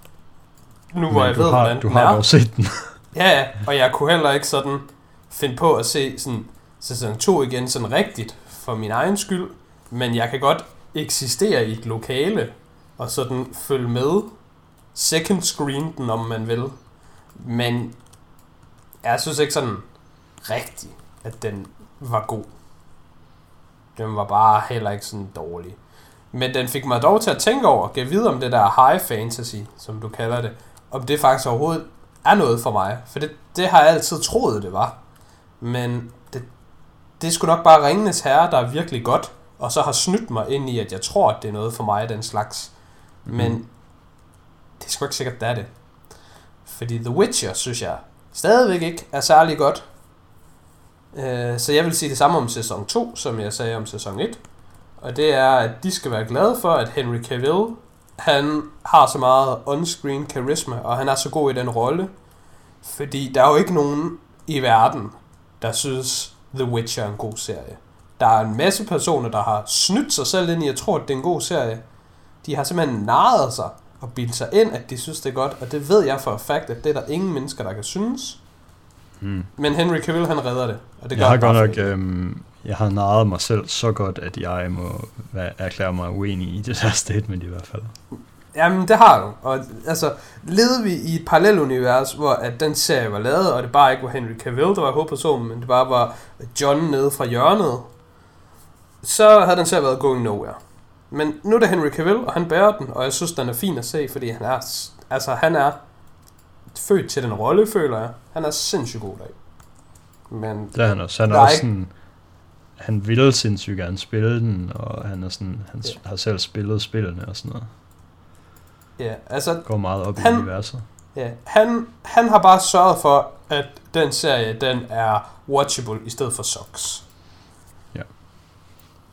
B: Nu hvor jeg ved, hvordan den er.
C: Du har dog set den.
B: Ja, og jeg kunne heller ikke sådan finde på at se sådan sæson 2 igen sådan rigtigt for min egen skyld. Men jeg kan godt eksistere i et lokale og sådan følge med. Second screen den, om man vil. Men jeg synes ikke sådan rigtigt, at den var god. Den var bare heller ikke sådan dårlig. Men den fik mig dog til at tænke over, gav videre om det der high fantasy, som du kalder det, om det faktisk overhovedet er noget for mig. For det har jeg altid troet, det var. Men det er sgu nok bare Ringenes Herre, der er virkelig godt, og så har snydt mig ind i, at jeg tror, at det er noget for mig, den slags. Men det er sgu ikke sikkert, det er det. Fordi The Witcher, synes jeg, stadigvæk ikke er særlig godt. Så jeg vil sige det samme om sæson 2, som jeg sagde om sæson 1. Og det er, at de skal være glade for, at Henry Cavill, han har så meget on-screen karisma, og han er så god i den rolle. Fordi der er jo ikke nogen i verden, der synes The Witcher er en god serie. Der er en masse personer, der har snydt sig selv ind i, at tror, at det er en god serie. De har simpelthen narret sig og bildt sig ind, at de synes, det er godt. Og det ved jeg for et fakt, at det er der ingen mennesker, der kan synes. Men Henry Cavill, han redder det. Og det gør
C: jeg har godt nok jeg har narret mig selv så godt, at jeg må erklære mig uenig i det der statement i hvert fald.
B: Jamen, det har du. Og altså, levede vi i et parallelunivers, hvor at den serie var lavet, og det bare ikke var Henry Cavill, der var hovedpersonen, men det bare var John nede fra hjørnet, så havde den serie været going nowhere. Men nu er det Henry Cavill, og han bærer den, og jeg synes, den er fin at se, fordi han er født til den rolle, føler jeg. Han er sindssygt god af. Men
C: det er han også. Han er også sådan, han ville sindssygt gerne spille den, og han er sådan, han har selv spillet spillene og sådan noget.
B: Ja, altså
C: går meget op i universet.
B: Ja, han har bare sørget for, at den serie, den er watchable i stedet for Socks.
C: Ja.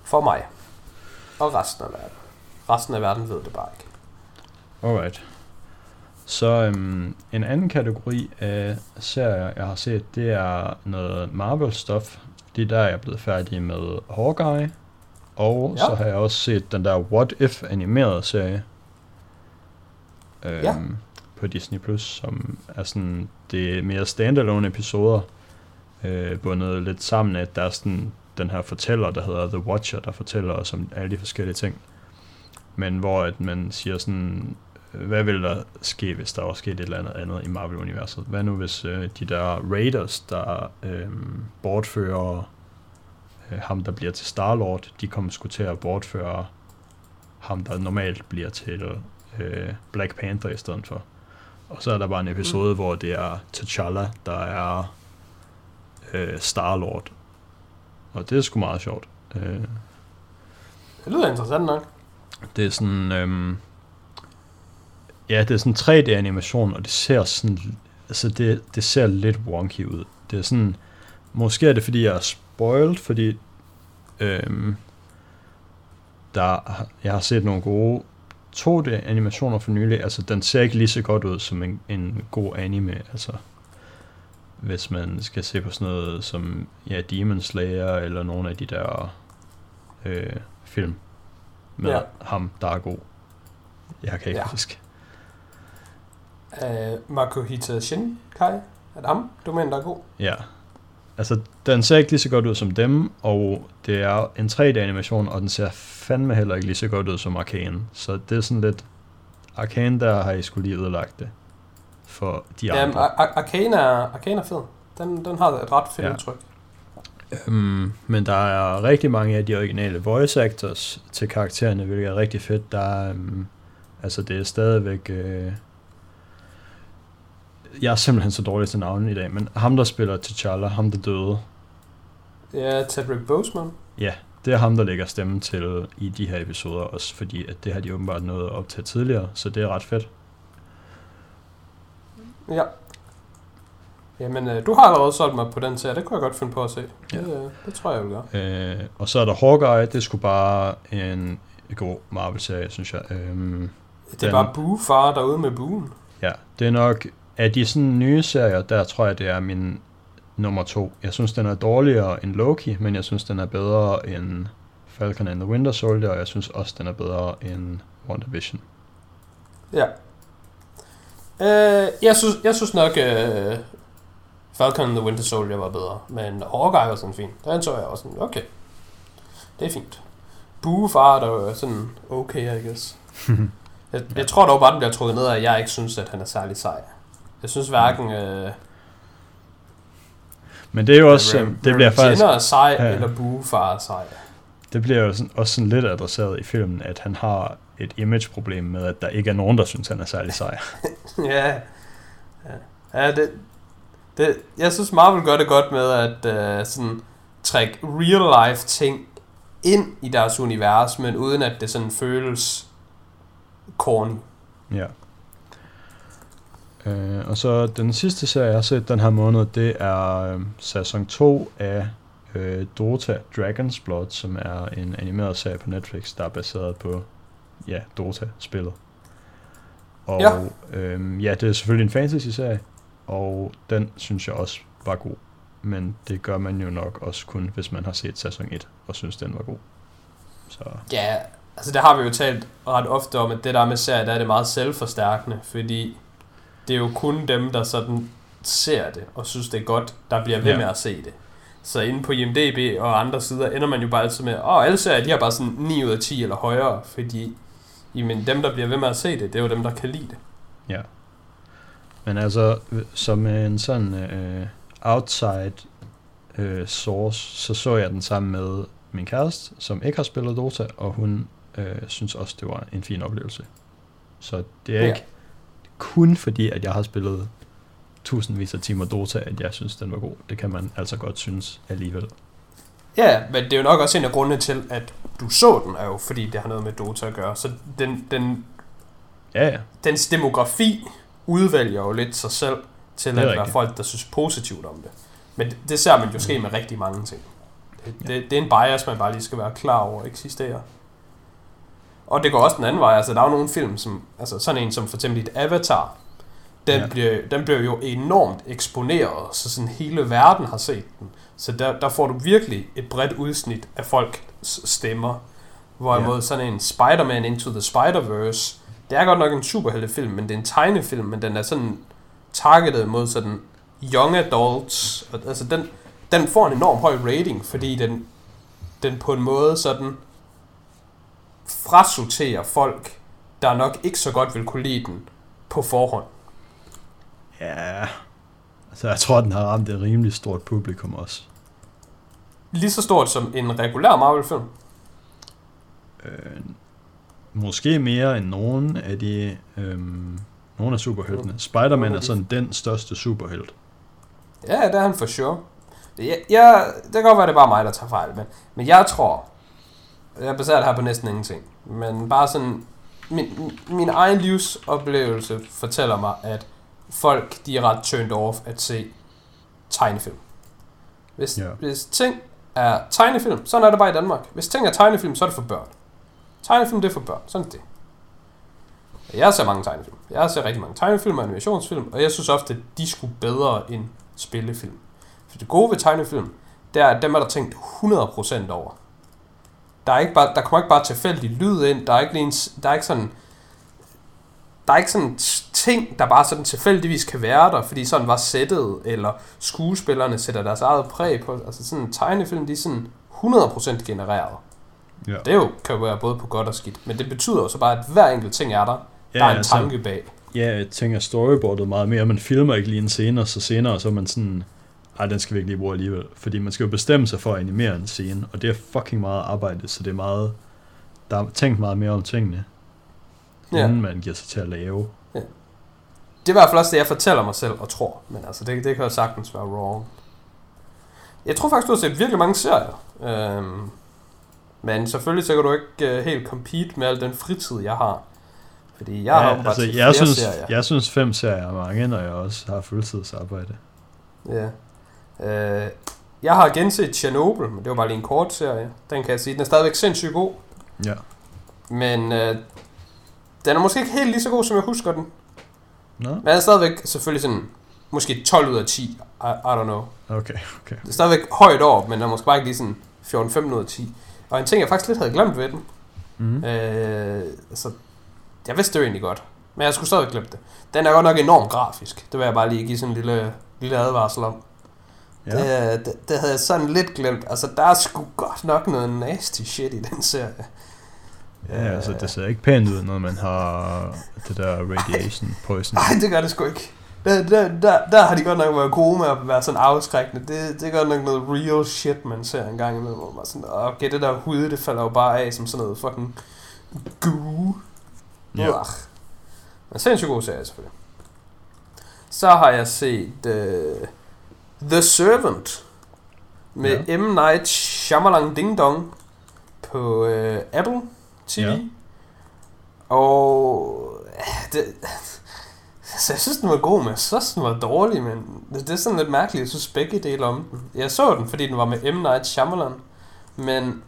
B: For mig. Og resten af verden. Resten af verden ved det bare ikke.
C: Alright. Så en anden kategori af serier, jeg har set, det er noget Marvel-stof. Det er der, jeg er blevet færdig med Hawkeye. Og så har jeg også set den der What If animerede serie. På Disney+, som er sådan, det er mere standalone episoder, bundet lidt sammen, at der er sådan den her fortæller, der hedder The Watcher, der fortæller os om alle de forskellige ting. Men hvor at man siger sådan, hvad vil der ske, hvis der også skete et eller andet i Marvel-universet? Hvad nu hvis de der Raiders, der bortfører ham, der bliver til Star-Lord, de kommer sgu til at bortføre ham, der normalt bliver til Black Panther i stedet for. Og så er der bare en episode, hvor det er T'Challa, der er Star-Lord. Og det er sgu meget sjovt.
B: Det lyder interessant nok.
C: Det er sådan... det er sådan 3D-animation, og det ser sådan... Altså, det ser lidt wonky ud. Det er sådan... Måske er det, fordi jeg er spoiled, fordi... jeg har set nogle gode 2D-animationer for nylig. Altså, den ser ikke lige så godt ud som en god anime. Altså, hvis man skal se på sådan noget som Demon Slayer, eller nogle af de der film med ham, der er god. Jeg kan ikke huske.
B: Makohita Shinkai, er det ham, du mener, der er god?
C: Ja. Altså, den ser ikke lige så godt ud som dem, og det er en 3D-animation, og den ser fandme heller ikke lige så godt ud som Arcane. Så det er sådan lidt... Arcane, der har I skulle lige ødelagt det for de andre.
B: Arcane er fed. Den har et ret fedt udtryk.
C: Men der er rigtig mange af de originale voice actors til karaktererne, hvilket er rigtig fedt. Der er, altså, det er stadigvæk... Jeg er simpelthen så dårlig til navnet i dag, men ham, der spiller T'Challa, ham, der døde.
B: Ja, Chadwick Boseman.
C: Ja, det er ham, der lægger stemmen til i de her episoder, også fordi at det har de åbenbart nået op til tidligere, så det er ret fedt.
B: Ja. Jamen, du har allerede solgt mig på den serie, det kunne jeg godt finde på at se.
C: Ja.
B: Det tror jeg, jeg vil gøre.
C: Og så er der Hawkeye, det er sgu bare en god Marvel-serie, synes jeg.
B: Det er bare buefar derude med buen.
C: Ja, det er nok... Af de sådan nye serier, der tror jeg, det er min nummer 2. Jeg synes, den er dårligere end Loki, men jeg synes, den er bedre end Falcon and the Winter Soldier, og jeg synes også, den er bedre end WandaVision.
B: Ja. Jeg synes nok, Falcon and the Winter Soldier var bedre, men Hawkeye var sådan fin. Den så jeg også sådan, okay, det er fint. Buefar, der var sådan okay, I guess. Jeg tror dog bare, den bliver trukket ned af, at jeg ikke synes, at han er særlig sej. Jeg synes hverken...
C: Men det er jo også... det bliver faktisk...
B: er sej, eller Buefar er sej.
C: Det bliver jo sådan, også sådan lidt adresseret i filmen, at han har et image-problem med, at der ikke er nogen, der synes, han er særlig sej.
B: Jeg synes, Marvel gør det godt med at sådan trække real-life ting ind i deres univers, men uden at det sådan føles corny.
C: Ja. Og så den sidste serie, jeg har set den her måned, det er sæson 2 af Dota Dragon's Blood, som er en animeret serie på Netflix, der er baseret på Dota-spillet. Og det er selvfølgelig en fantasy-serie, og den synes jeg også var god. Men det gør man jo nok også kun, hvis man har set sæson 1 og synes, den var god. Så.
B: Ja, altså det har vi jo talt ret ofte om, at det der med serier, der er det meget selvforstærkende, fordi det er jo kun dem, der sådan ser det og synes, det er godt, der bliver ved med at se det. Så inde på IMDb og andre sider ender man jo bare altid med, alle serier, de har bare sådan 9 ud af 10 eller højere, fordi dem, der bliver ved med at se det, det er jo dem, der kan lide det.
C: Ja. Men altså, som en sådan outside source, så jeg den sammen med min kæreste, som ikke har spillet Dota, og hun synes også, det var en fin oplevelse. Så det er ikke kun fordi, at jeg har spillet tusindvis af timer Dota, at jeg synes, den var god. Det kan man altså godt synes alligevel.
B: Ja, men det er jo nok også en af grundene til, at du så den, er jo fordi, det har noget med Dota at gøre. Så dens demografi udvælger jo lidt sig selv til at være folk, der synes positivt om det. Men det ser man jo ske med rigtig mange ting. Det er en bias, man bare lige skal være klar over eksisterer. Og det går også den anden vej. Altså, der er jo nogle film, som, altså sådan en som for eksempel et Avatar, den bliver jo enormt eksponeret, så sådan hele verden har set den. Så der får du virkelig et bredt udsnit af folks stemmer. Hvorimod sådan en Spider-Man Into the Spider-Verse, det er godt nok en superheltefilm, men det er en tegnefilm, men den er sådan targeted mod sådan young adults. Altså den får en enorm høj rating, fordi den på en måde sådan frasorterer folk, der nok ikke så godt vil kunne lide den på forhånd.
C: Ja, altså jeg tror, den har ramt et rimelig stort publikum også.
B: Lige så stort som en regulær Marvel-film?
C: Måske mere end nogen af de nogle af superheltene. Spider-Man er sådan den største superhelt.
B: Ja, det er han for sure. Det kan godt være, det er bare mig, der tager fejl, men jeg tror, jeg baserer det her på næsten ingenting, men bare sådan, min egen livsoplevelse fortæller mig, at folk, de er ret turned off at se tegnefilm. Hvis ting er tegnefilm, sådan er det bare i Danmark. Hvis ting er tegnefilm, så er det for børn. Tegnefilm, det er for børn. Sådan er det. Jeg ser mange tegnefilm. Jeg ser rigtig mange tegnefilm og animationsfilm, og jeg synes ofte, at de skulle bedre end spillefilm. For det gode ved tegnefilm, det er, at dem er der tænkt 100% over. Der kommer ikke bare tilfældig lyd ind, der er ikke sådan ting, der bare sådan tilfældigvis kan være der, fordi sådan var sættet, eller skuespillerne sætter deres eget præg på. Altså sådan en tegnefilm, de er sådan 100% genereret. Ja. Det kan jo være både på godt og skidt, men det betyder jo så bare, at hver enkelt ting er der. Ja, der er en tanke bag.
C: Ja, jeg tænker storyboardet meget mere. Man filmer ikke lige en scene, og så senere, så er man sådan, den skal vi ikke lige bruge alligevel. Fordi man skal jo bestemme sig for at animere en scene, og det er fucking meget arbejde, så det er meget, der er tænkt meget mere om tingene, inden man giver sig til at lave. Ja.
B: Det er i hvert fald også det, jeg fortæller mig selv og tror, men altså, det kan jo sagtens være wrong. Jeg tror faktisk, du har set virkelig mange serier. Men selvfølgelig så kan du ikke helt compete med al den fritid, jeg har. Fordi jeg har bare serier.
C: Jeg synes 5 serier er mange, når jeg også har fuldtidsarbejde.
B: Ja. Jeg har genset Chernobyl, men det var bare lige en kort serie. Den kan jeg sige, den er stadigvæk sindssygt god.
C: Ja.
B: Men den er måske ikke helt lige så god, som jeg husker den.
C: No.
B: Men den er stadigvæk selvfølgelig sådan, måske 12 ud af 10. I don't know.
C: Okay.
B: Det er stadigvæk højt op, men den er måske bare ikke lige sådan 14-15 ud af 10. Og en ting, jeg faktisk lidt havde glemt ved den. Altså, jeg vidste det jo egentlig godt, men jeg skulle stadig glemme det. Den er godt nok enormt grafisk. Det vil jeg bare lige give sådan en lille advarsel om. Ja. Det havde jeg sådan lidt glemt. Altså, der er sgu godt nok noget nasty shit i den serie.
C: Ja, altså, det ser ikke pænt ud, når man har det der radiation poison.
B: Nej, det gør det sgu ikke. Der har de godt nok været gode med at være sådan afskrækkende. Det er godt nok noget real shit, man ser en gang imellem. Hvor man sådan, okay, det der hud, det falder jo bare af som sådan noget fucking goo. Ja. Men sindssygt god serie, selvfølgelig. Så har jeg set The Servant med M. Night Shyamalan Ding Dong på Apple TV. Ja. Og så jeg synes, den var god, men jeg synes, den var dårlig, men det er sådan lidt mærkeligt, jeg synes begge dele om den. Jeg så den, fordi den var med M. Night Shyamalan, men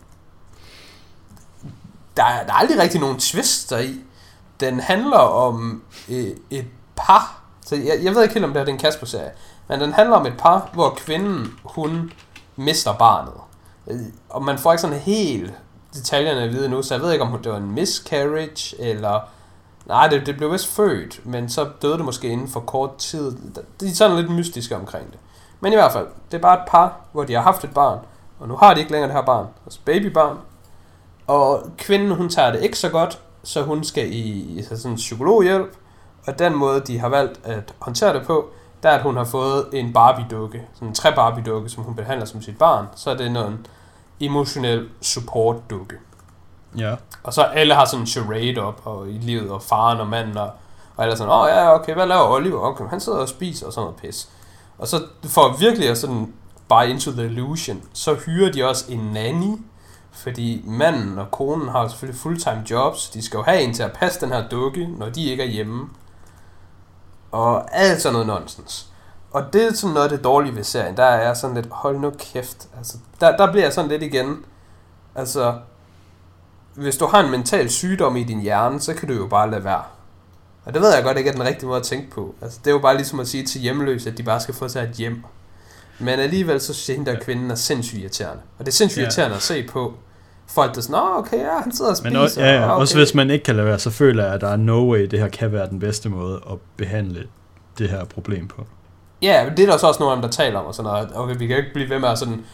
B: der er aldrig rigtig nogen twist deri. Den handler om et par, så jeg ved ikke helt, om det er en Kasper-serie, men den handler om et par, hvor kvinden, hun mister barnet. Og man får ikke sådan helt detaljerne at vide nu, så jeg ved ikke, om det var en miscarriage, eller nej, det blev vist født, men så døde det måske inden for kort tid. De er sådan lidt mystiske omkring det. Men i hvert fald, det er bare et par, hvor de har haft et barn, og nu har de ikke længere det her barn, altså babybarn. Og kvinden, hun tager det ikke så godt, så hun skal i sådan en psykologhjælp. Og den måde, de har valgt at håndtere det på, der er, at hun har fået en Barbie-dukke, sådan en træ-Barbie-dukke, som hun behandler som sit barn. Så er det en emotionel support-dukke.
C: Ja. Og
B: så alle har sådan en charade op og i livet, og faren og manden, og alle sådan, okay, hvad laver Oliver? Okay, han sidder og spiser og sådan noget pis. Og så for virkelig at sådan buy into the illusion, så hyrer de også en nanny, fordi manden og konen har selvfølgelig fulltime jobs, de skal jo have en til at passe den her dukke, når de ikke er hjemme. Og alt sådan noget nonsens. Og det er sådan noget af det dårlige ved serien. Der er jeg sådan lidt, hold nu kæft. Altså, der bliver jeg sådan lidt igen. Altså, hvis du har en mental sygdom i din hjerne, så kan du jo bare lade være. Og det ved jeg godt ikke er den rigtige måde at tænke på. Altså, det er jo bare ligesom at sige til hjemløse, at de bare skal få sig et hjem. Men alligevel så synes jeg, at hende der kvinden er sindssygt irriterende. Og det er sindssygt irriterende at se på folk, der er sådan, okay, ja, han sidder og spiser.
C: Men okay. Også hvis man ikke kan lade være, så føler jeg, at der er no way, det her kan være den bedste måde at behandle det her problem på.
B: Ja, det er der så også nogle af dem, der taler om, og sådan noget. Okay, vi kan ikke blive ved med at sådan,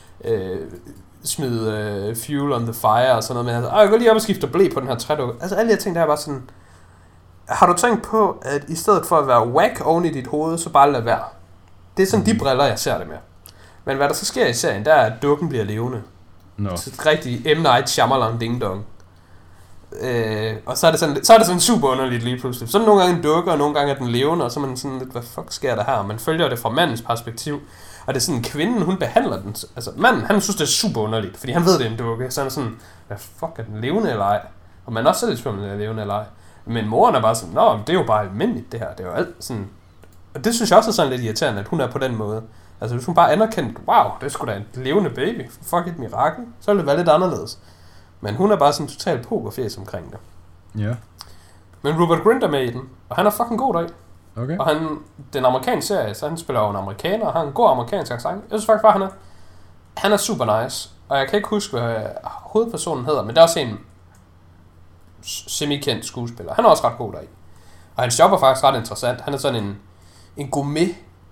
B: smide fuel on the fire og sådan noget, men altså, jeg går lige op og skifter blæ på den her trædukke. Altså alle de her ting, der er bare sådan, har du tænkt på, at i stedet for at være whack oven i dit hoved, så bare lad være. Det er sådan de briller, jeg ser det med. Men hvad der så sker i serien, der er, at dukken bliver levende. Så et rigtig M. Night Shyamalan ding dong. Og så er det sådan super underligt lige pludselig. Så er det nogle gange en dukke, og nogle gange er den levende, og så er man sådan lidt, hvad fuck sker der her? Man følger det fra mandens perspektiv. Og det er sådan, kvinden, hun behandler den. Altså manden, han synes det er super underligt, fordi han ved, det er en dukke. Så han er sådan, hvad fuck, er den levende eller ej? Og man er også selv spørger, om den er levende eller ej. Men moren er bare sådan, nå, det er jo bare almindeligt det her. Det er jo alt sådan. Og det synes jeg også er sådan lidt irriterende, at hun er på den måde. Altså hvis hun bare anerkendt, wow, det er sgu da en levende baby. Fuck et mirakel. Så ville det være lidt anderledes. Men hun er bare sådan totalt pokerfjæs omkring det.
C: Ja.
B: Men Rupert Grint er med i den, og han er fucking god deri.
C: Okay.
B: Og den amerikanske serie, så han spiller jo en amerikaner, og har en god amerikansk accent. Jeg synes faktisk bare, han er super nice. Og jeg kan ikke huske, hvad hovedpersonen hedder, men der er også en semi-kendt skuespiller. Han er også ret god deri. Og hans job er faktisk ret interessant. Han er sådan en gourmet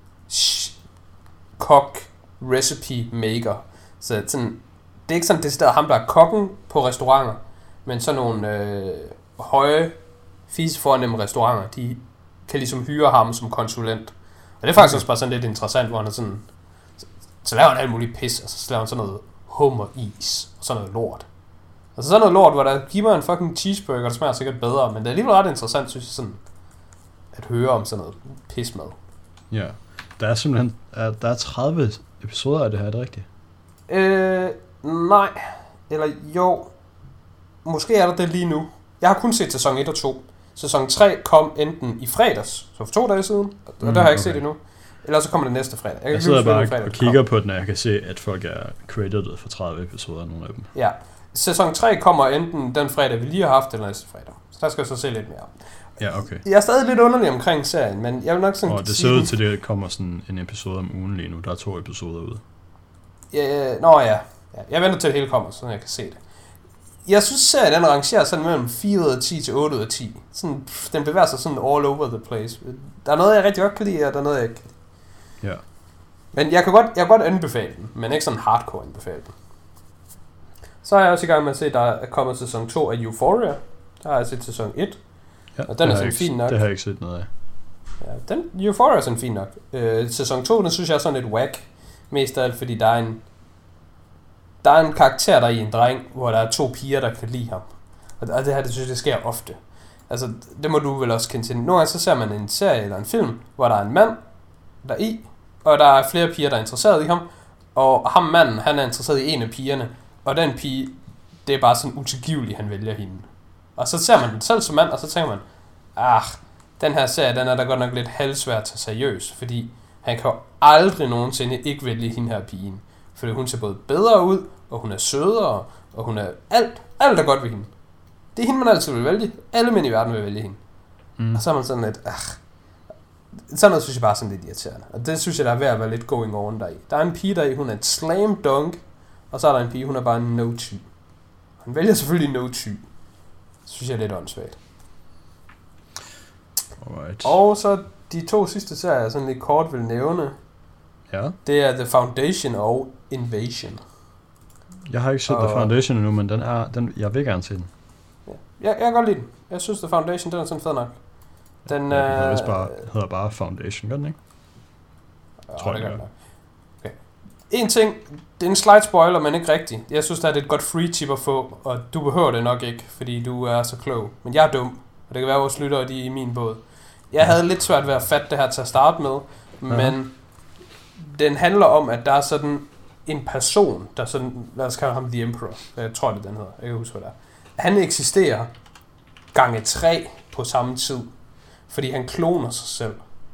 B: kok recipe maker. Så sådan, det er ikke sådan, det er ham, der er kokken på restauranter, men sådan nogle høje, fisefornemme restauranter, de kan ligesom hyre ham som konsulent. Og det er faktisk også bare sådan lidt interessant, hvor han er sådan, så laver han alt muligt pis, og så laver han sådan noget hummeris, og sådan noget lort. Altså sådan noget lort, hvor der giver en fucking cheeseburger, der smager sikkert bedre, men det er alligevel ret interessant, synes jeg, sådan, at høre om sådan noget pismad.
C: Ja, der er simpelthen, der er 30 episoder af det her, er det rigtigt?
B: Nej, eller jo, måske er der det lige nu. Jeg har kun set sæson 1 og 2. Sæson 3 kom enten i fredags, så for 2 dage siden, og det har jeg ikke set endnu, eller så kommer det næste fredag.
C: Jeg sidder bare og kigger på den, og jeg kan se, at folk er credited for 30 episoder, nogle af dem.
B: Ja, sæson 3 kommer enten den fredag, vi lige har haft, eller næste fredag. Så der skal jeg så se lidt mere.
C: Ja, okay.
B: Jeg er stadig lidt underlig omkring serien, men jeg vil nok sådan...
C: det ser ud til, det kommer sådan en episode om ugen lige nu. Der er 2 episoder ude.
B: Ja. Jeg venter til, det hele kommer, så jeg kan se det. Jeg synes, serien den rangerer sådan mellem 4 ud af 10 til 8 ud af 10. Sådan, den bevæger sig sådan all over the place. Der er noget, jeg rigtig godt kan lide, og der er noget, jeg ikke kan lide.
C: Ja.
B: Men jeg kan godt anbefale den, men ikke sådan hardcore anbefale den. Så er jeg også i gang med at se, at der er kommet sæson 2 af Euphoria. Der har jeg set sæson 1.
C: Ja,
B: og den er sådan fin nok.
C: Det har jeg ikke set noget af.
B: Ja, Euphoria er sådan fin nok. Sæson 2, den synes jeg er sådan lidt whack. Mest af alt, fordi der er en karakter, der er i en dreng, hvor der er 2 piger, der kan lide ham. Og det her, det synes jeg, det sker ofte. Altså, det må du vel også kende til. Nogle gange så ser man en serie eller en film, hvor der er en mand, der er i, og der er flere piger, der er interesseret i ham. Og ham manden, han er interesseret i en af pigerne. Og den pige, det er bare sådan utilgiveligt, han vælger hende. Og så ser man den selv som mand, og så tænker man, den her serie, den er da godt nok lidt halvsvær at tage seriøs, fordi han kan jo aldrig nogensinde ikke vælge hende her pigen. Fordi hun ser både bedre ud, og hun er sødere, og hun er alt er godt ved hende. Det er hende, man altid vil vælge. Alle mænd i verden vil vælge hende. Og så er man sådan lidt, sådan noget synes jeg bare sådan lidt irriterende. Og det synes jeg, der er ved at være lidt going on deri. Der er en pige deri, hun er et slam dunk, og så er der en pige, hun er bare en no-type. Han vælger selvfølgelig no-type. Det synes jeg er lidt åndssvagt.
C: Alright.
B: Og så de 2 sidste serier, jeg sådan lidt kort vil nævne.
C: Ja.
B: Det er The Foundation og Invasion.
C: Jeg har ikke set The Foundation endnu, men jeg vil gerne se den.
B: Ja, jeg kan godt lide den. Jeg synes, The Foundation, den er sådan fed nok. Den
C: hedder bare Foundation, gør den ikke?
B: Tror jeg, det gør. Okay. En ting, det er en slight spoiler, men ikke rigtigt. Jeg synes, der er et godt free tip at få, og du behøver det nok ikke, fordi du er så klog. Men jeg er dum, og det kan være, at vores lyttere de er i min båd. Jeg havde lidt svært ved at fatte det her til at starte med, men den handler om, at der er sådan en person, der sådan, lad os kalde ham The Emperor, jeg tror det den hedder, jeg kan huske hvad det er. Han eksisterer gange 3 på samme tid, fordi han kloner sig selv.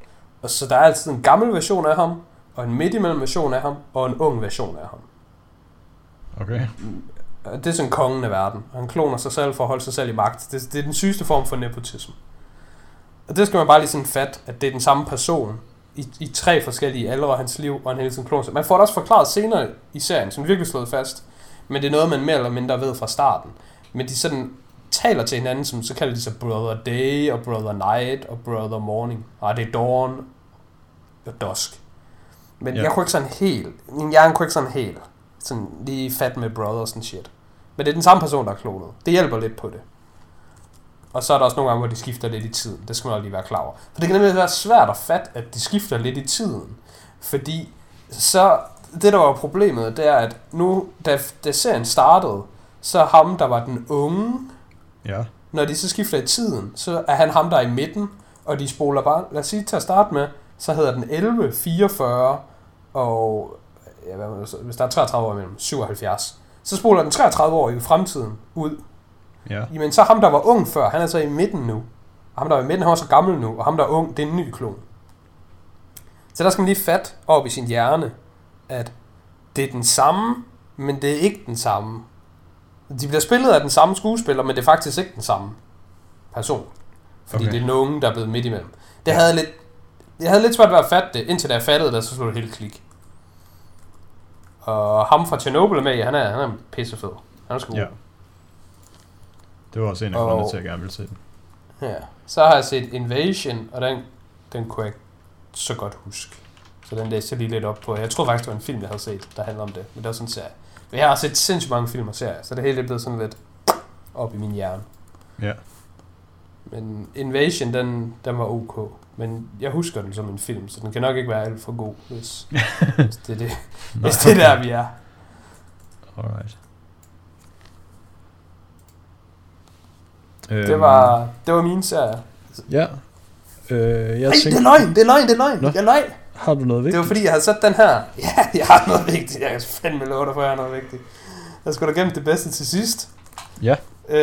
B: Og så der er altid en gammel version af ham, og en midt imellem version af ham, og en ung version af ham.
C: Okay.
B: Det er sådan kongen af verden. Han kloner sig selv for at holde sig selv i magt. Det er den sygeste form for nepotisme. Og det skal man bare lige sådan fat, at det er den samme person i 3 forskellige aldre af hans liv, og han hele tiden kloner sig. Man får det også forklaret senere i serien, som virkelig slået fast. Men det er noget, man mere eller mindre ved fra starten. Men de sådan taler til hinanden, som så kalder de sig Brother Day, og Brother Night, og Brother Morning. Og det er Dawn og Dusk. Men jeg kunne ikke sådan helt, min hjerne kunne ikke sådan lige fat med brothers and shit. Men det er den samme person, der er klonet. Det hjælper lidt på det. Og så er der også nogle gange, hvor de skifter lidt i tiden. Det skal man også lige være klar over. For det kan nemlig være svært at fatte, at de skifter lidt i tiden. Fordi så, det der var problemet, det er, at nu, da serien startede, så ham, der var den unge, når de så skifter i tiden, så er han ham, der er i midten, og de spoler bare, lad os sige til at starte med, så hedder den 11, 44, og hvis der er 33 år imellem, 77. Så spoler den 33 år i fremtiden ud.
C: Ja.
B: Jamen så ham, der var ung før, han er så i midten nu. Og ham, der var i midten, han er så gammel nu. Og ham, der er ung, det er en ny klon. Så der skal man lige fat op i sin hjerne, at det er den samme, men det er ikke den samme. De bliver spillet af den samme skuespiller, men det er faktisk ikke den samme person. Fordi det er nogen, der er blevet midt imellem. Jeg havde lidt svært ved at fatte det, indtil da jeg fattede det, så slog det helt klik. Og ham fra Chernobyl er med, han er pissefed. Han er sgu. Ja.
C: Det var også en af grundene til, at jeg gerne ville se den.
B: Ja. Så har jeg set Invasion, og den kunne jeg ikke så godt huske. Så den læste jeg lige lidt op på. Jeg tror faktisk, det var en film, jeg havde set, der handler om det. Men det var sådan en serie. Men jeg har set sindssygt mange film og serier, så det hele er blevet sådan lidt op i min hjerne.
C: Ja.
B: Men Invasion, den var ok. Men jeg husker den som en film, så den kan nok ikke være alt for god, hvis det er det. Hvis det er der, vi er.
C: Alright.
B: Det var min serie.
C: Ja.
B: Det er løgn. Jeg løg.
C: Har du noget vigtigt?
B: Det var fordi, jeg havde sat den her. Ja, jeg har noget vigtigt. Jeg kan fandme love dig for, at jeg har noget vigtigt. Jeg skulle da gemme det bedste til sidst.
C: Ja.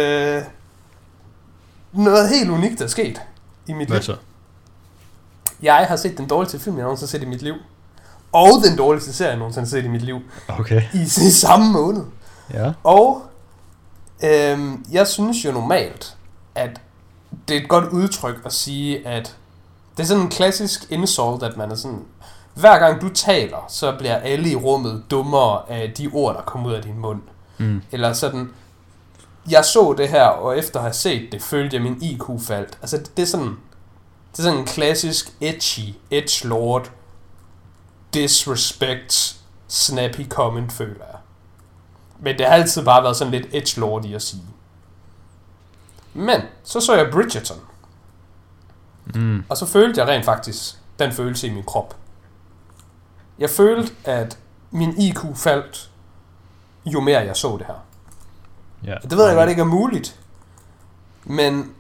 B: Noget helt unikt er sket i mit liv.
C: Hvad så?
B: Jeg har set den dårligste film, jeg nogensinde har set i mit liv. Og den dårligste serie, jeg nogensinde har set i mit liv.
C: Okay.
B: I samme måned.
C: Ja.
B: Og jeg synes jo normalt, at det er et godt udtryk at sige, at det er sådan en klassisk insult, at man er sådan, hver gang du taler, så bliver alle i rummet dummere af de ord, der kommer ud af din mund. Eller sådan, jeg så det her, og efter at have set det, følte jeg min IQ faldt. Altså det er sådan en klassisk edgelord, disrespect, snappy comment, føler jeg. Men det har altid bare været sådan lidt edgelord i at sige. Men så jeg Bridgerton. Og så følte jeg rent faktisk den følelse i min krop. Jeg følte, at min IQ faldt, jo mere jeg så det her.
C: Ja.
B: Det ved jeg godt ikke er muligt. Men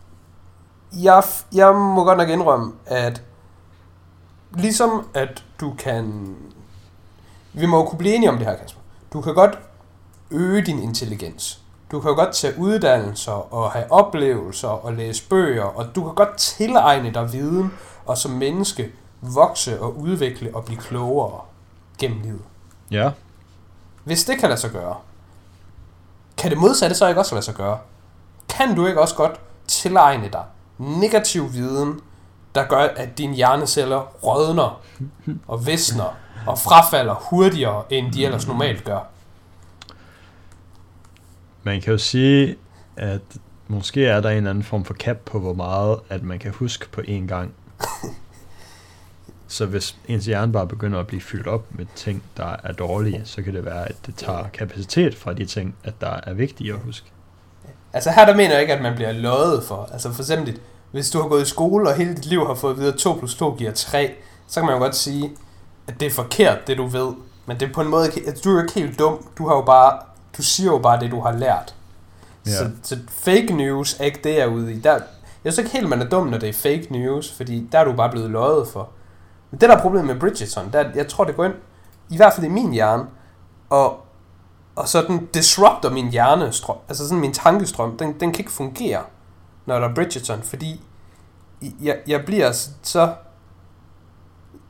B: jeg må godt nok indrømme, at ligesom at du kan... Vi må jo kunne blive enige om det her, Kasper. Du kan godt øge din intelligens. Du kan godt tage uddannelser og have oplevelser og læse bøger, og du kan godt tilegne dig viden og som menneske vokse og udvikle og blive klogere gennem livet.
C: Ja.
B: Hvis det kan lade sig gøre, kan det modsatte så ikke også lade sig gøre? Kan du ikke også godt tilegne dig negativ viden, der gør, at dine hjerneceller rådner og visner og frafalder hurtigere, end de ellers normalt gør?
C: Man kan jo sige, at måske er der en eller anden form for cap på, hvor meget at man kan huske på én gang. Så hvis ens hjerne bare begynder at blive fyldt op med ting, der er dårlige, så kan det være, at det tager kapacitet fra de ting, at der er vigtige at huske.
B: Altså her der mener jeg ikke, at man bliver løjet for. Altså for eksempel, hvis du har gået i skole, og hele dit liv har fået at vide, at 2 + 2 giver 3, så kan man jo godt sige, at det er forkert, det du ved. Men det er på en måde, at du er jo ikke helt dum. Du siger jo bare det, du har lært. Ja. Så fake news er ikke det, jeg er ude i. Jeg synes ikke helt, man er dum, når det er fake news, fordi der er du bare blevet løjet for. Men det der er problemet med Bridgerton, der, jeg tror, det går ind, i hvert fald i min hjerne, og sådan disrupter min hjernestrøm, altså sådan min tankestrøm, den kan ikke fungere, når der er Bridgerton, fordi jeg bliver så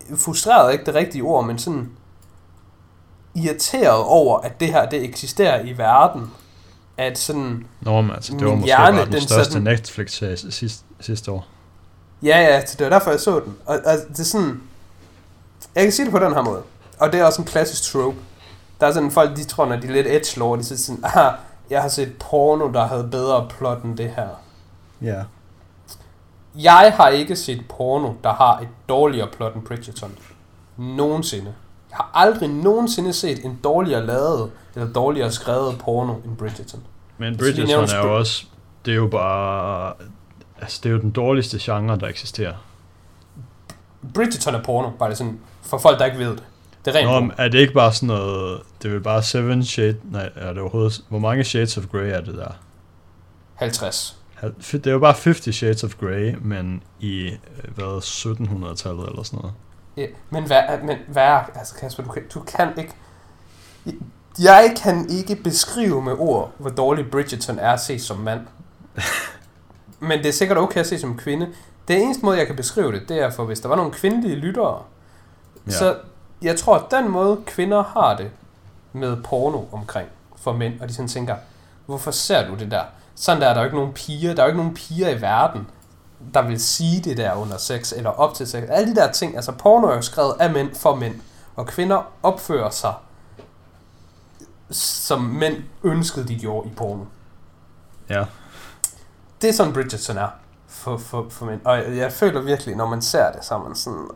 A: frustreret ikke det rigtige ord, men sådan irriteret over, at det her, det eksisterer i verden. At sådan...
C: Nå, men altså, det var måske
A: hjerne,
C: bare den største
A: sådan,
C: Netflix-serie sidste år.
A: Ja, det var derfor, jeg så den. Og det er sådan... Jeg kan sige det på den her måde. Og det er også en klassisk trope. Der er sådan folk, de tror, når de er lidt edgelord, de siger sådan, jeg har set porno, der havde bedre plot end det her.
C: Ja.
A: Jeg har ikke set porno, der har et dårligere plot end Bridgerton. Nogensinde. Jeg har aldrig nogensinde set en dårligere lavet, eller dårligere skrevet porno end Bridgerton.
C: Men Bridgerton er jo også, det er jo bare, altså det er jo den dårligste genre, der eksisterer.
A: Bridgerton er porno, bare det sådan, for folk, der ikke ved det. Det er rent.
C: Er det ikke bare sådan noget, det er vel bare 7 shades, nej, er det overhovedet, hvor mange shades of Grey er det der?
A: 50.
C: Det er jo bare 50 Shades of Grey, men i, 1700-tallet eller sådan noget.
A: Ja, men hvad altså Kasper, du kan ikke... Jeg kan ikke beskrive med ord, hvor dårlig Bridgerton er at se som mand. Men det er sikkert okay at se som kvinde. Det eneste måde, jeg kan beskrive det, det er for, hvis der var nogle kvindelige lyttere. Ja. Så jeg tror, at den måde, kvinder har det med porno omkring for mænd, og de sådan tænker, hvorfor ser du det der? Sådan der er der jo ikke nogen piger. Der er jo ikke nogen piger i verden, der vil sige det der under sex, eller op til sex. Alle de der ting, altså porno er jo skrevet af mænd for mænd, og kvinder opfører sig, som mænd ønskede, de gjorde i porno.
C: Ja.
A: Det er sådan Bridgerton er for mænd. Og jeg føler virkelig, når man ser det, så er man sådan...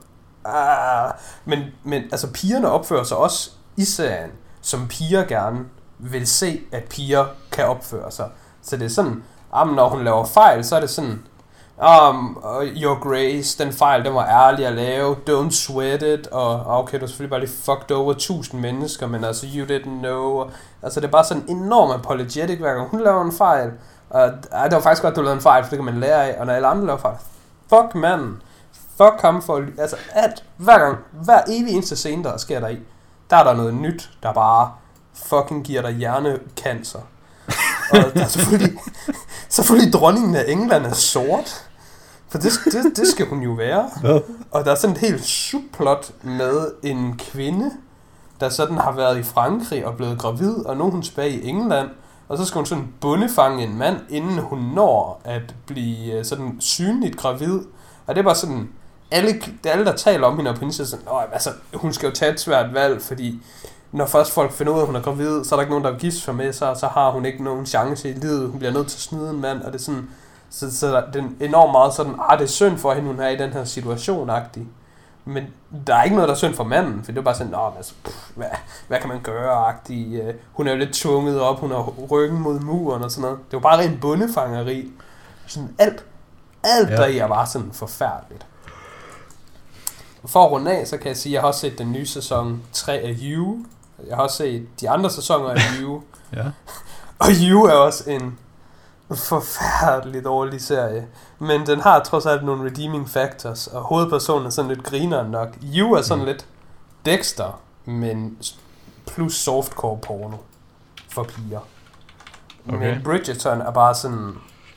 A: Men altså pigerne opfører sig også i serien, som piger gerne vil se, at piger kan opføre sig. Så det er sådan, når hun laver fejl, så er det sådan, your grace, den fejl, den var ærlig at lave, don't sweat it, og okay, du er selvfølgelig bare lige fucked over 1000 mennesker, men altså, you didn't know. Altså, det er bare sådan enormt apologetic, hver gang hun laver en fejl. Det var faktisk godt, du lavede en fejl, for det kan man lære af, og når alle andre laver fejl, fuck manden, fuck ham for, altså alt, hver evig eneste scene, der sker der i, der er der noget nyt, der bare fucking giver dig hjernekancer. Og der er selvfølgelig dronningen af England er sort. For det skal hun jo være. Og der er sådan et helt subplot med en kvinde, der sådan har været i Frankrig og blevet gravid, og nu er hun tilbage i England. Og så skal hun sådan bundefange en mand, inden hun når at blive sådan synligt gravid. Og det er bare sådan, alle der taler om hende, og på hende sådan, altså, hun skal jo tage et svært valg, fordi når først folk finder ud af, at hun er gravid, så er der ikke nogen, der vil gifte sig med sig, så har hun ikke nogen chance i livet. Hun bliver nødt til at snyde en mand, og det er sådan, så det er enormt meget sådan, det er synd for hende, hun er i den her situation-agtig. Men der er ikke noget, der er synd for manden, for det er bare sådan, altså, hvad kan man gøre-agtig. Hun er jo lidt tvunget op, hun har ryggen mod muren og sådan noget. Det er jo bare rent bundefangeri. Sådan alt der er bare sådan forfærdeligt. For at runde af, så kan jeg sige, at jeg har også set den nye sæson 3 af You. Jeg har også set de andre sæsoner af You.
C: Ja.
A: Og You er også en forfærdelig dårlig serie. Men den har trods alt nogle redeeming factors, og hovedpersonen er sådan lidt grineren nok. You er sådan lidt Dexter, men plus softcore porno for piger. Okay. Men Bridgerton er bare sådan...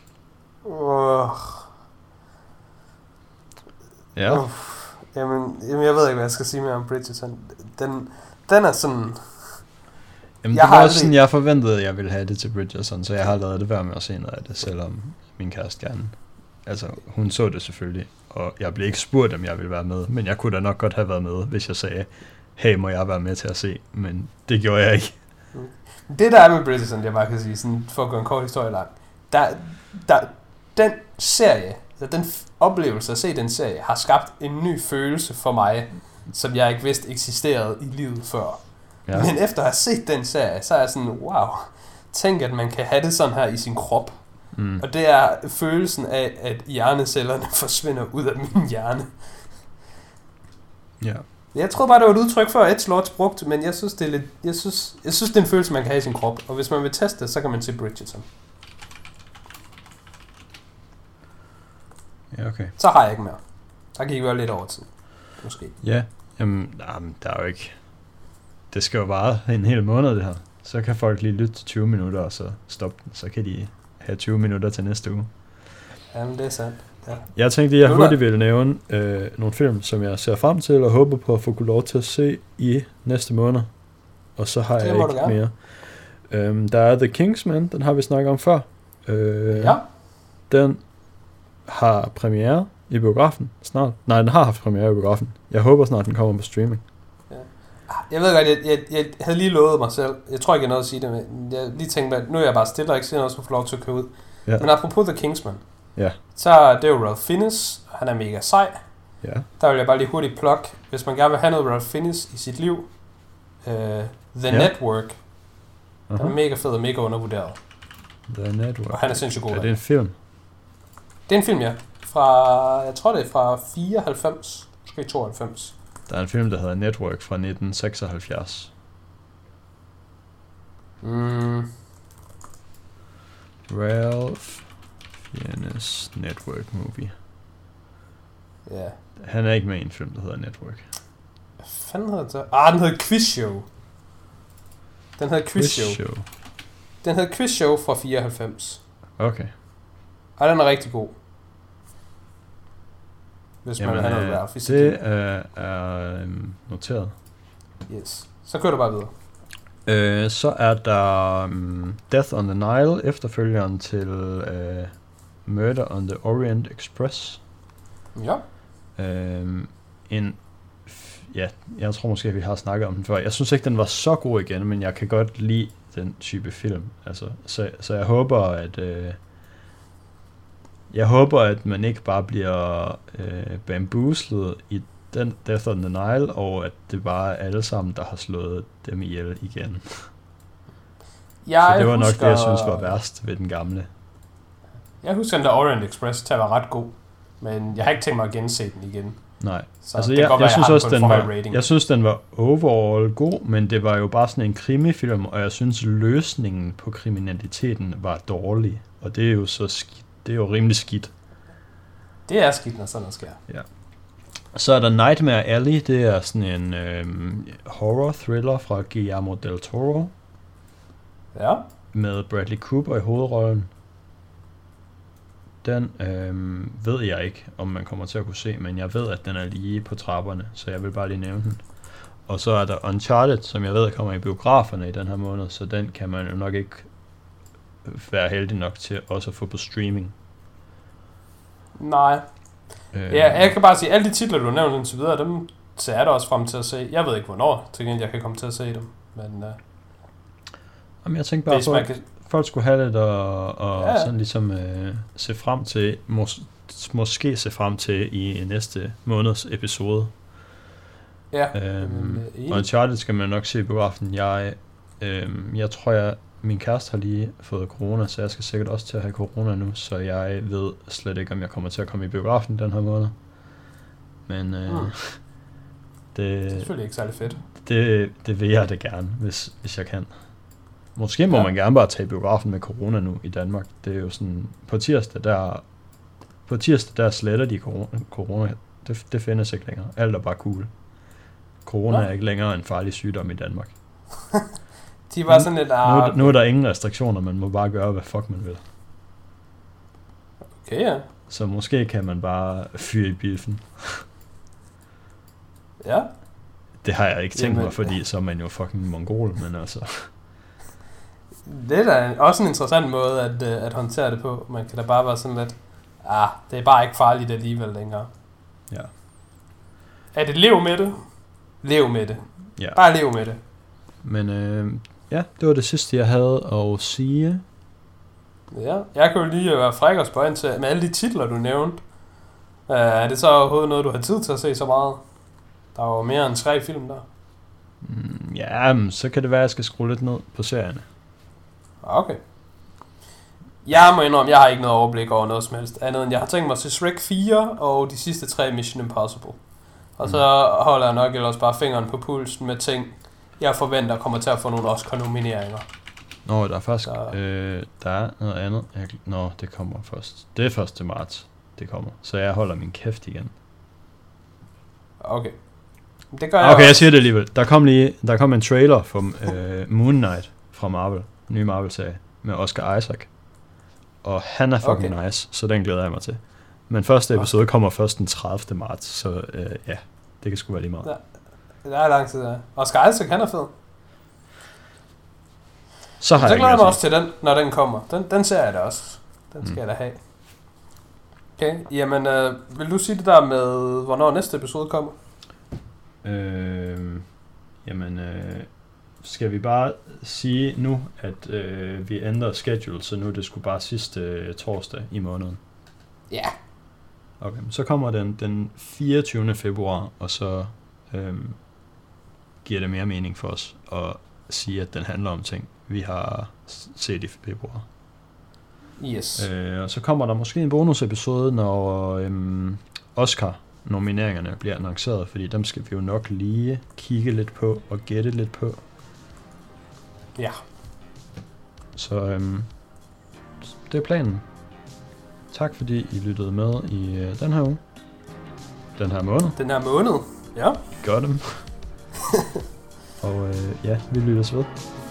C: Ja.
A: Jamen, jeg ved ikke, hvad jeg skal sige mere om Bridgerton. Den er sådan...
C: Jamen, det var også sådan, jeg forventede, at jeg ville have det til Bridgerton, så jeg har lavet det være med at se noget af det, selvom min kæreste gerne. Altså, hun så det selvfølgelig, og jeg blev ikke spurgt, om jeg ville være med, men jeg kunne da nok godt have været med, hvis jeg sagde, hey, må jeg være med til at se, men det gjorde jeg ikke.
A: Det der er med Bridgerton, det jeg bare kan sige, sådan, for at gå en kort historie lang, den serie, den oplevelse at se den serie, har skabt en ny følelse for mig, som jeg ikke vidste eksisterede i livet før. Ja. Men efter at have set den serie, så er jeg sådan, wow, tænk at man kan have det sådan her i sin krop. Og det er følelsen af, at hjernecellerne forsvinder ud af min hjerne.
C: Ja.
A: Jeg tror bare, det var et udtryk for edgelords brugt, men jeg synes, det er lidt, jeg synes, det er en følelse, man kan have i sin krop. Og hvis man vil teste det, så kan man se Bridgerton.
C: Ja, okay.
A: Så har jeg ikke mere. Der kan I være lidt over tid, måske.
C: Ja, jamen, der er jo ikke... Det skal jo vare en hel måned, det her. Så kan folk lige lytte til 20 minutter, og så stoppe den. Så kan de have 20 minutter til næste uge.
A: Jamen, det er sandt.
C: Jeg tænkte, jeg hurtigt ville nævne nogle film, som jeg ser frem til, og håber på at få lov til at se i næste måned. Og så har jeg ikke mere. Der er The Kingsman, den har vi snakket om før.
A: Ja.
C: Den har premiere i biografen snart. Nej, den har haft premiere i biografen. Jeg håber snart, den kommer på streaming.
A: Ja. Jeg ved godt, jeg havde lige lovet mig selv. Jeg tror ikke, jeg nåede at sige det, men jeg lige tænkte, at nu er jeg bare stille og ikke siger noget, så får lov til at køre ud. Ja. Men apropos The Kingsman, så det er jo Ralph Fiennes. Han er mega sej.
C: Ja.
A: Der vil jeg bare lige hurtigt plukke, hvis man gerne vil have noget Ralph Fiennes i sit liv. The Network. Den er mega fed og mega undervurderet.
C: The Network.
A: Og han er sindssygt god.
C: Er det en film?
A: Det er en film, ja. Jeg tror det er fra 94, måske 92.
C: Der er en film, der hedder Network fra 1976. Ralph Fiennes Network Movie.
A: Ja.
C: Han er ikke med i en film, der hedder Network.
A: Hvad fanden hedder det så? Den hedder Quiz Show. Den hedder Quiz Show. Den hedder Quiz Show fra 94.
C: Okay.
A: Og den er rigtig god. Hvis man vil have noget Ralph.
C: Det er noteret.
A: Yes. Så kører du bare videre.
C: Så er der Death on the Nile, efterfølgeren til Murder on the Orient Express.
A: Ja.
C: Jeg tror måske, vi har snakket om den før. Jeg synes ikke, den var så god igen, men jeg kan godt lide den type film. Altså, så jeg håber, at man ikke bare bliver bamboozlet i den Death on the Nile, og at det bare er alle sammen, der har slået dem ihjel igen. For det var nok det, jeg synes var værst ved den gamle.
A: Jeg husker den der Orient Express til at være ret god, men jeg har ikke tænkt mig at gense den igen.
C: Nej, så altså jeg synes også, jeg synes, den var overall god, men det var jo bare sådan en krimifilm, og jeg synes, løsningen på kriminaliteten var dårlig, og det er jo så skidt. Det er jo rimelig skidt.
A: Det er skidt, når sådan noget sker.
C: Ja. Så er der Nightmare Alley, det er sådan en horror-thriller fra Guillermo del Toro.
A: Ja.
C: Med Bradley Cooper i hovedrollen. Den ved jeg ikke, om man kommer til at kunne se, men jeg ved, at den er lige på trapperne, så jeg vil bare lige nævne den. Og så er der Uncharted, som jeg ved kommer i biograferne i den her måned, så den kan man jo nok ikke være heldig nok til også at få på streaming.
A: Nej. Ja, jeg kan bare sige, alle de titler, du har nævnt indtil videre, dem ser jeg da også frem til at se. Jeg ved ikke, hvornår til gengæld jeg kan komme til at se dem, men
C: jamen, jeg tænkte bare på, folk skulle have det og sådan ligesom se frem til, måske se frem til i næste måneds episode.
A: Ja.
C: Og Uncharted skal man nok se i biografen. Jeg tror, min kæreste har lige fået corona, så jeg skal sikkert også til at have corona nu, så jeg ved slet ikke, om jeg kommer til at komme i biografen den her måned. Men
A: det er selvfølgelig ikke særlig fedt.
C: Det vil jeg da gerne, hvis jeg kan. Måske må man gerne bare tage biografen med corona nu i Danmark. Det er jo sådan, på tirsdag der sletter de corona. Det findes ikke længere. Alt er bare cool. Corona er ikke længere en farlig sygdom i Danmark.
A: De var sådan lidt...
C: Nu er der ingen restriktioner, man må bare gøre, hvad fuck man vil.
A: Okay, ja.
C: Så måske kan man bare fyre i biffen.
A: Ja.
C: Det har jeg ikke tænkt mig, fordi så er man jo fucking mongol, men altså...
A: Det er da også en interessant måde at håndtere det på. Man kan da bare være sådan lidt... det er bare ikke farligt alligevel længere.
C: Ja.
A: Er det lev med det? Lev med det.
C: Ja.
A: Bare lev med det.
C: Men det var det sidste, jeg havde at sige.
A: Ja, jeg kan jo lige være fræk og spørge ind til, med alle de titler, du nævnte. Er det så overhovedet noget, du har tid til at se så meget? Der er jo mere end 3 film der.
C: Så kan det være, at jeg skal skrue lidt ned på serierne.
A: Okay. Jeg må indrømme, jeg har ikke noget overblik over noget som helst. Andet end jeg har tænkt mig at se Shrek 4 og de sidste 3 Mission Impossible. Og så holder jeg nok ellers bare fingeren på pulsen med ting, jeg forventer kommer til at få nogle Oscar-nomineringer.
C: Nå, der er faktisk der er noget andet. Det kommer først. Det er 1. marts, det kommer. Så jeg holder min kæft igen.
A: Okay. Det gør jeg
C: også. Jeg siger det alligevel. Der kom en trailer for Moon Knight fra Marvel. Nye Marvel-serie med Oscar Isaac. Og han er fucking nice, så den glæder jeg mig til. Men første episode kommer først den 30. marts, så ja, det kan sgu være lige meget.
B: Ja, det er lang tid, ja. Oscar Isaac, han er fed.
C: Så har
B: Så
C: jeg
B: glæder jeg mig
C: ikke
B: også til den, når den kommer. Den ser jeg da også. Den skal jeg da have. Okay, jamen, vil du sige det der med, hvornår næste episode kommer?
C: Jamen, skal vi bare sige nu, at vi ændrer schedule, så nu det skulle bare sidste torsdag i måneden?
B: Ja.
C: Okay, så kommer den 24. februar, og så giver det mere mening for os at sige, at den handler om ting, vi har set i februar.
B: Yes.
C: Og så kommer der måske en bonusepisode, når Oscar-nomineringerne bliver annonceret, fordi dem skal vi jo nok lige kigge lidt på og gætte lidt på.
B: Ja.
C: Så det er planen. Tak fordi I lyttede med i den her uge. Den her måned.
B: Ja.
C: Gør dem. Og ja, vi lyttes ved.